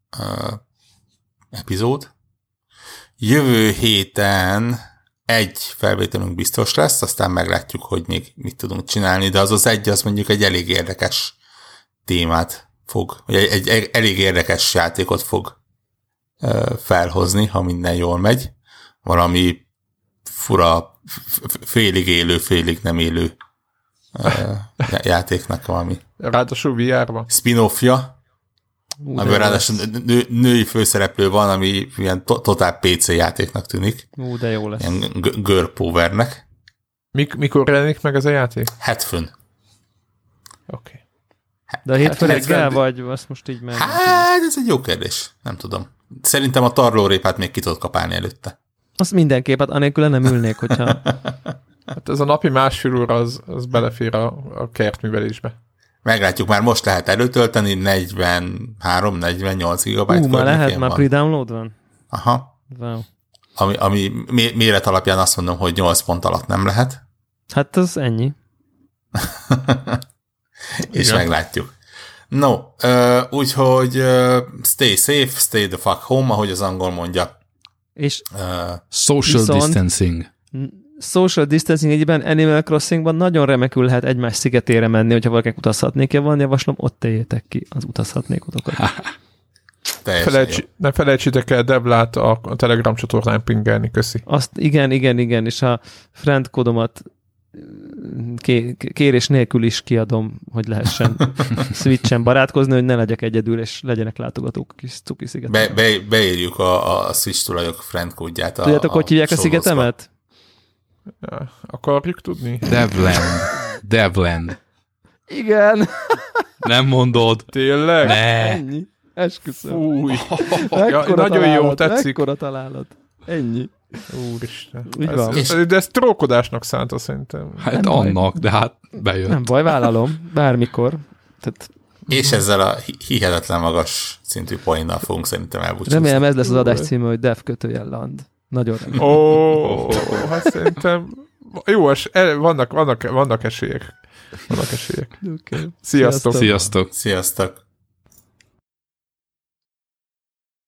epizód. Jövő héten egy felvételünk biztos lesz, aztán meglátjuk, hogy még mit tudunk csinálni, de az egy, az mondjuk egy elég érdekes témát fog, vagy egy elég érdekes játékot fog felhozni, ha minden jól megy. Valami fura, félig élő, félig nem élő játéknak valami. Ráadásul VR-ban. Spin-offja, amiben ráadásul női főszereplő van, ami ilyen totál PC játéknak tűnik. De jó lesz. Ilyen girl powernek. Mikor jelenik meg ez a játék? Hétfőn. Oké. De a hétfő reggel vagy azt most így meg? Hát ez egy jó kérdés. Nem tudom. Szerintem a tarlórépát még ki tudod kapálni előtte. Azt mindenképp, hát anélkül nem ülnék, hogyha... Hát ez a napi 1,5 óra, az belefér a kertművelésbe. Meglátjuk, már most lehet előtölteni, 43-48 gigabyte már lehet, már pre-download van? Aha. Wow. Ami méret alapján azt mondom, hogy 8 pont alatt nem lehet. Hát az ennyi. És igen, meglátjuk. No, úgyhogy stay safe, stay the fuck home, ahogy az angol mondja. És social distancing. Social distancing egyben Animal Crossingban nagyon remekül lehet egymás szigetére menni, hogyha valakinek utazhatnék, van, javaslom, ott tegyétek ki az utazhatnékotokat. Ne felejtsétek el Devlát a Telegram csatornán pingelni, köszi. Azt igen, és a friend kódomat kérés nélkül is kiadom, hogy lehessen Switchen barátkozni, hogy ne legyek egyedül, és legyenek látogatók kis cuki szigetem. Beírjuk a Switch tulajok friend kódját. Tudjátok, hogy hívják a szigetemet? Ja, akarjuk tudni? Devland. Igen. Nem mondod. Tényleg? Ne. Ennyi. Esküszöm. Fúj. Nagyon jó, tetszik. Mekkora találat. Ennyi. Úristen. De ez trókodásnak szánta szerintem. Hát nem annak, baj. De hát bejött. Nem baj, vállalom. Bármikor. Tehát... És ezzel a hihetetlen magas szintű poénnal fogunk szerintem elbúcsúzni. Remélem ez lesz az adás címe, hogy Dev _land. Nagyon remélem. Hát szerintem jó, vannak esélyek. Okay. Sziasztok. Sziasztok. Sziasztok.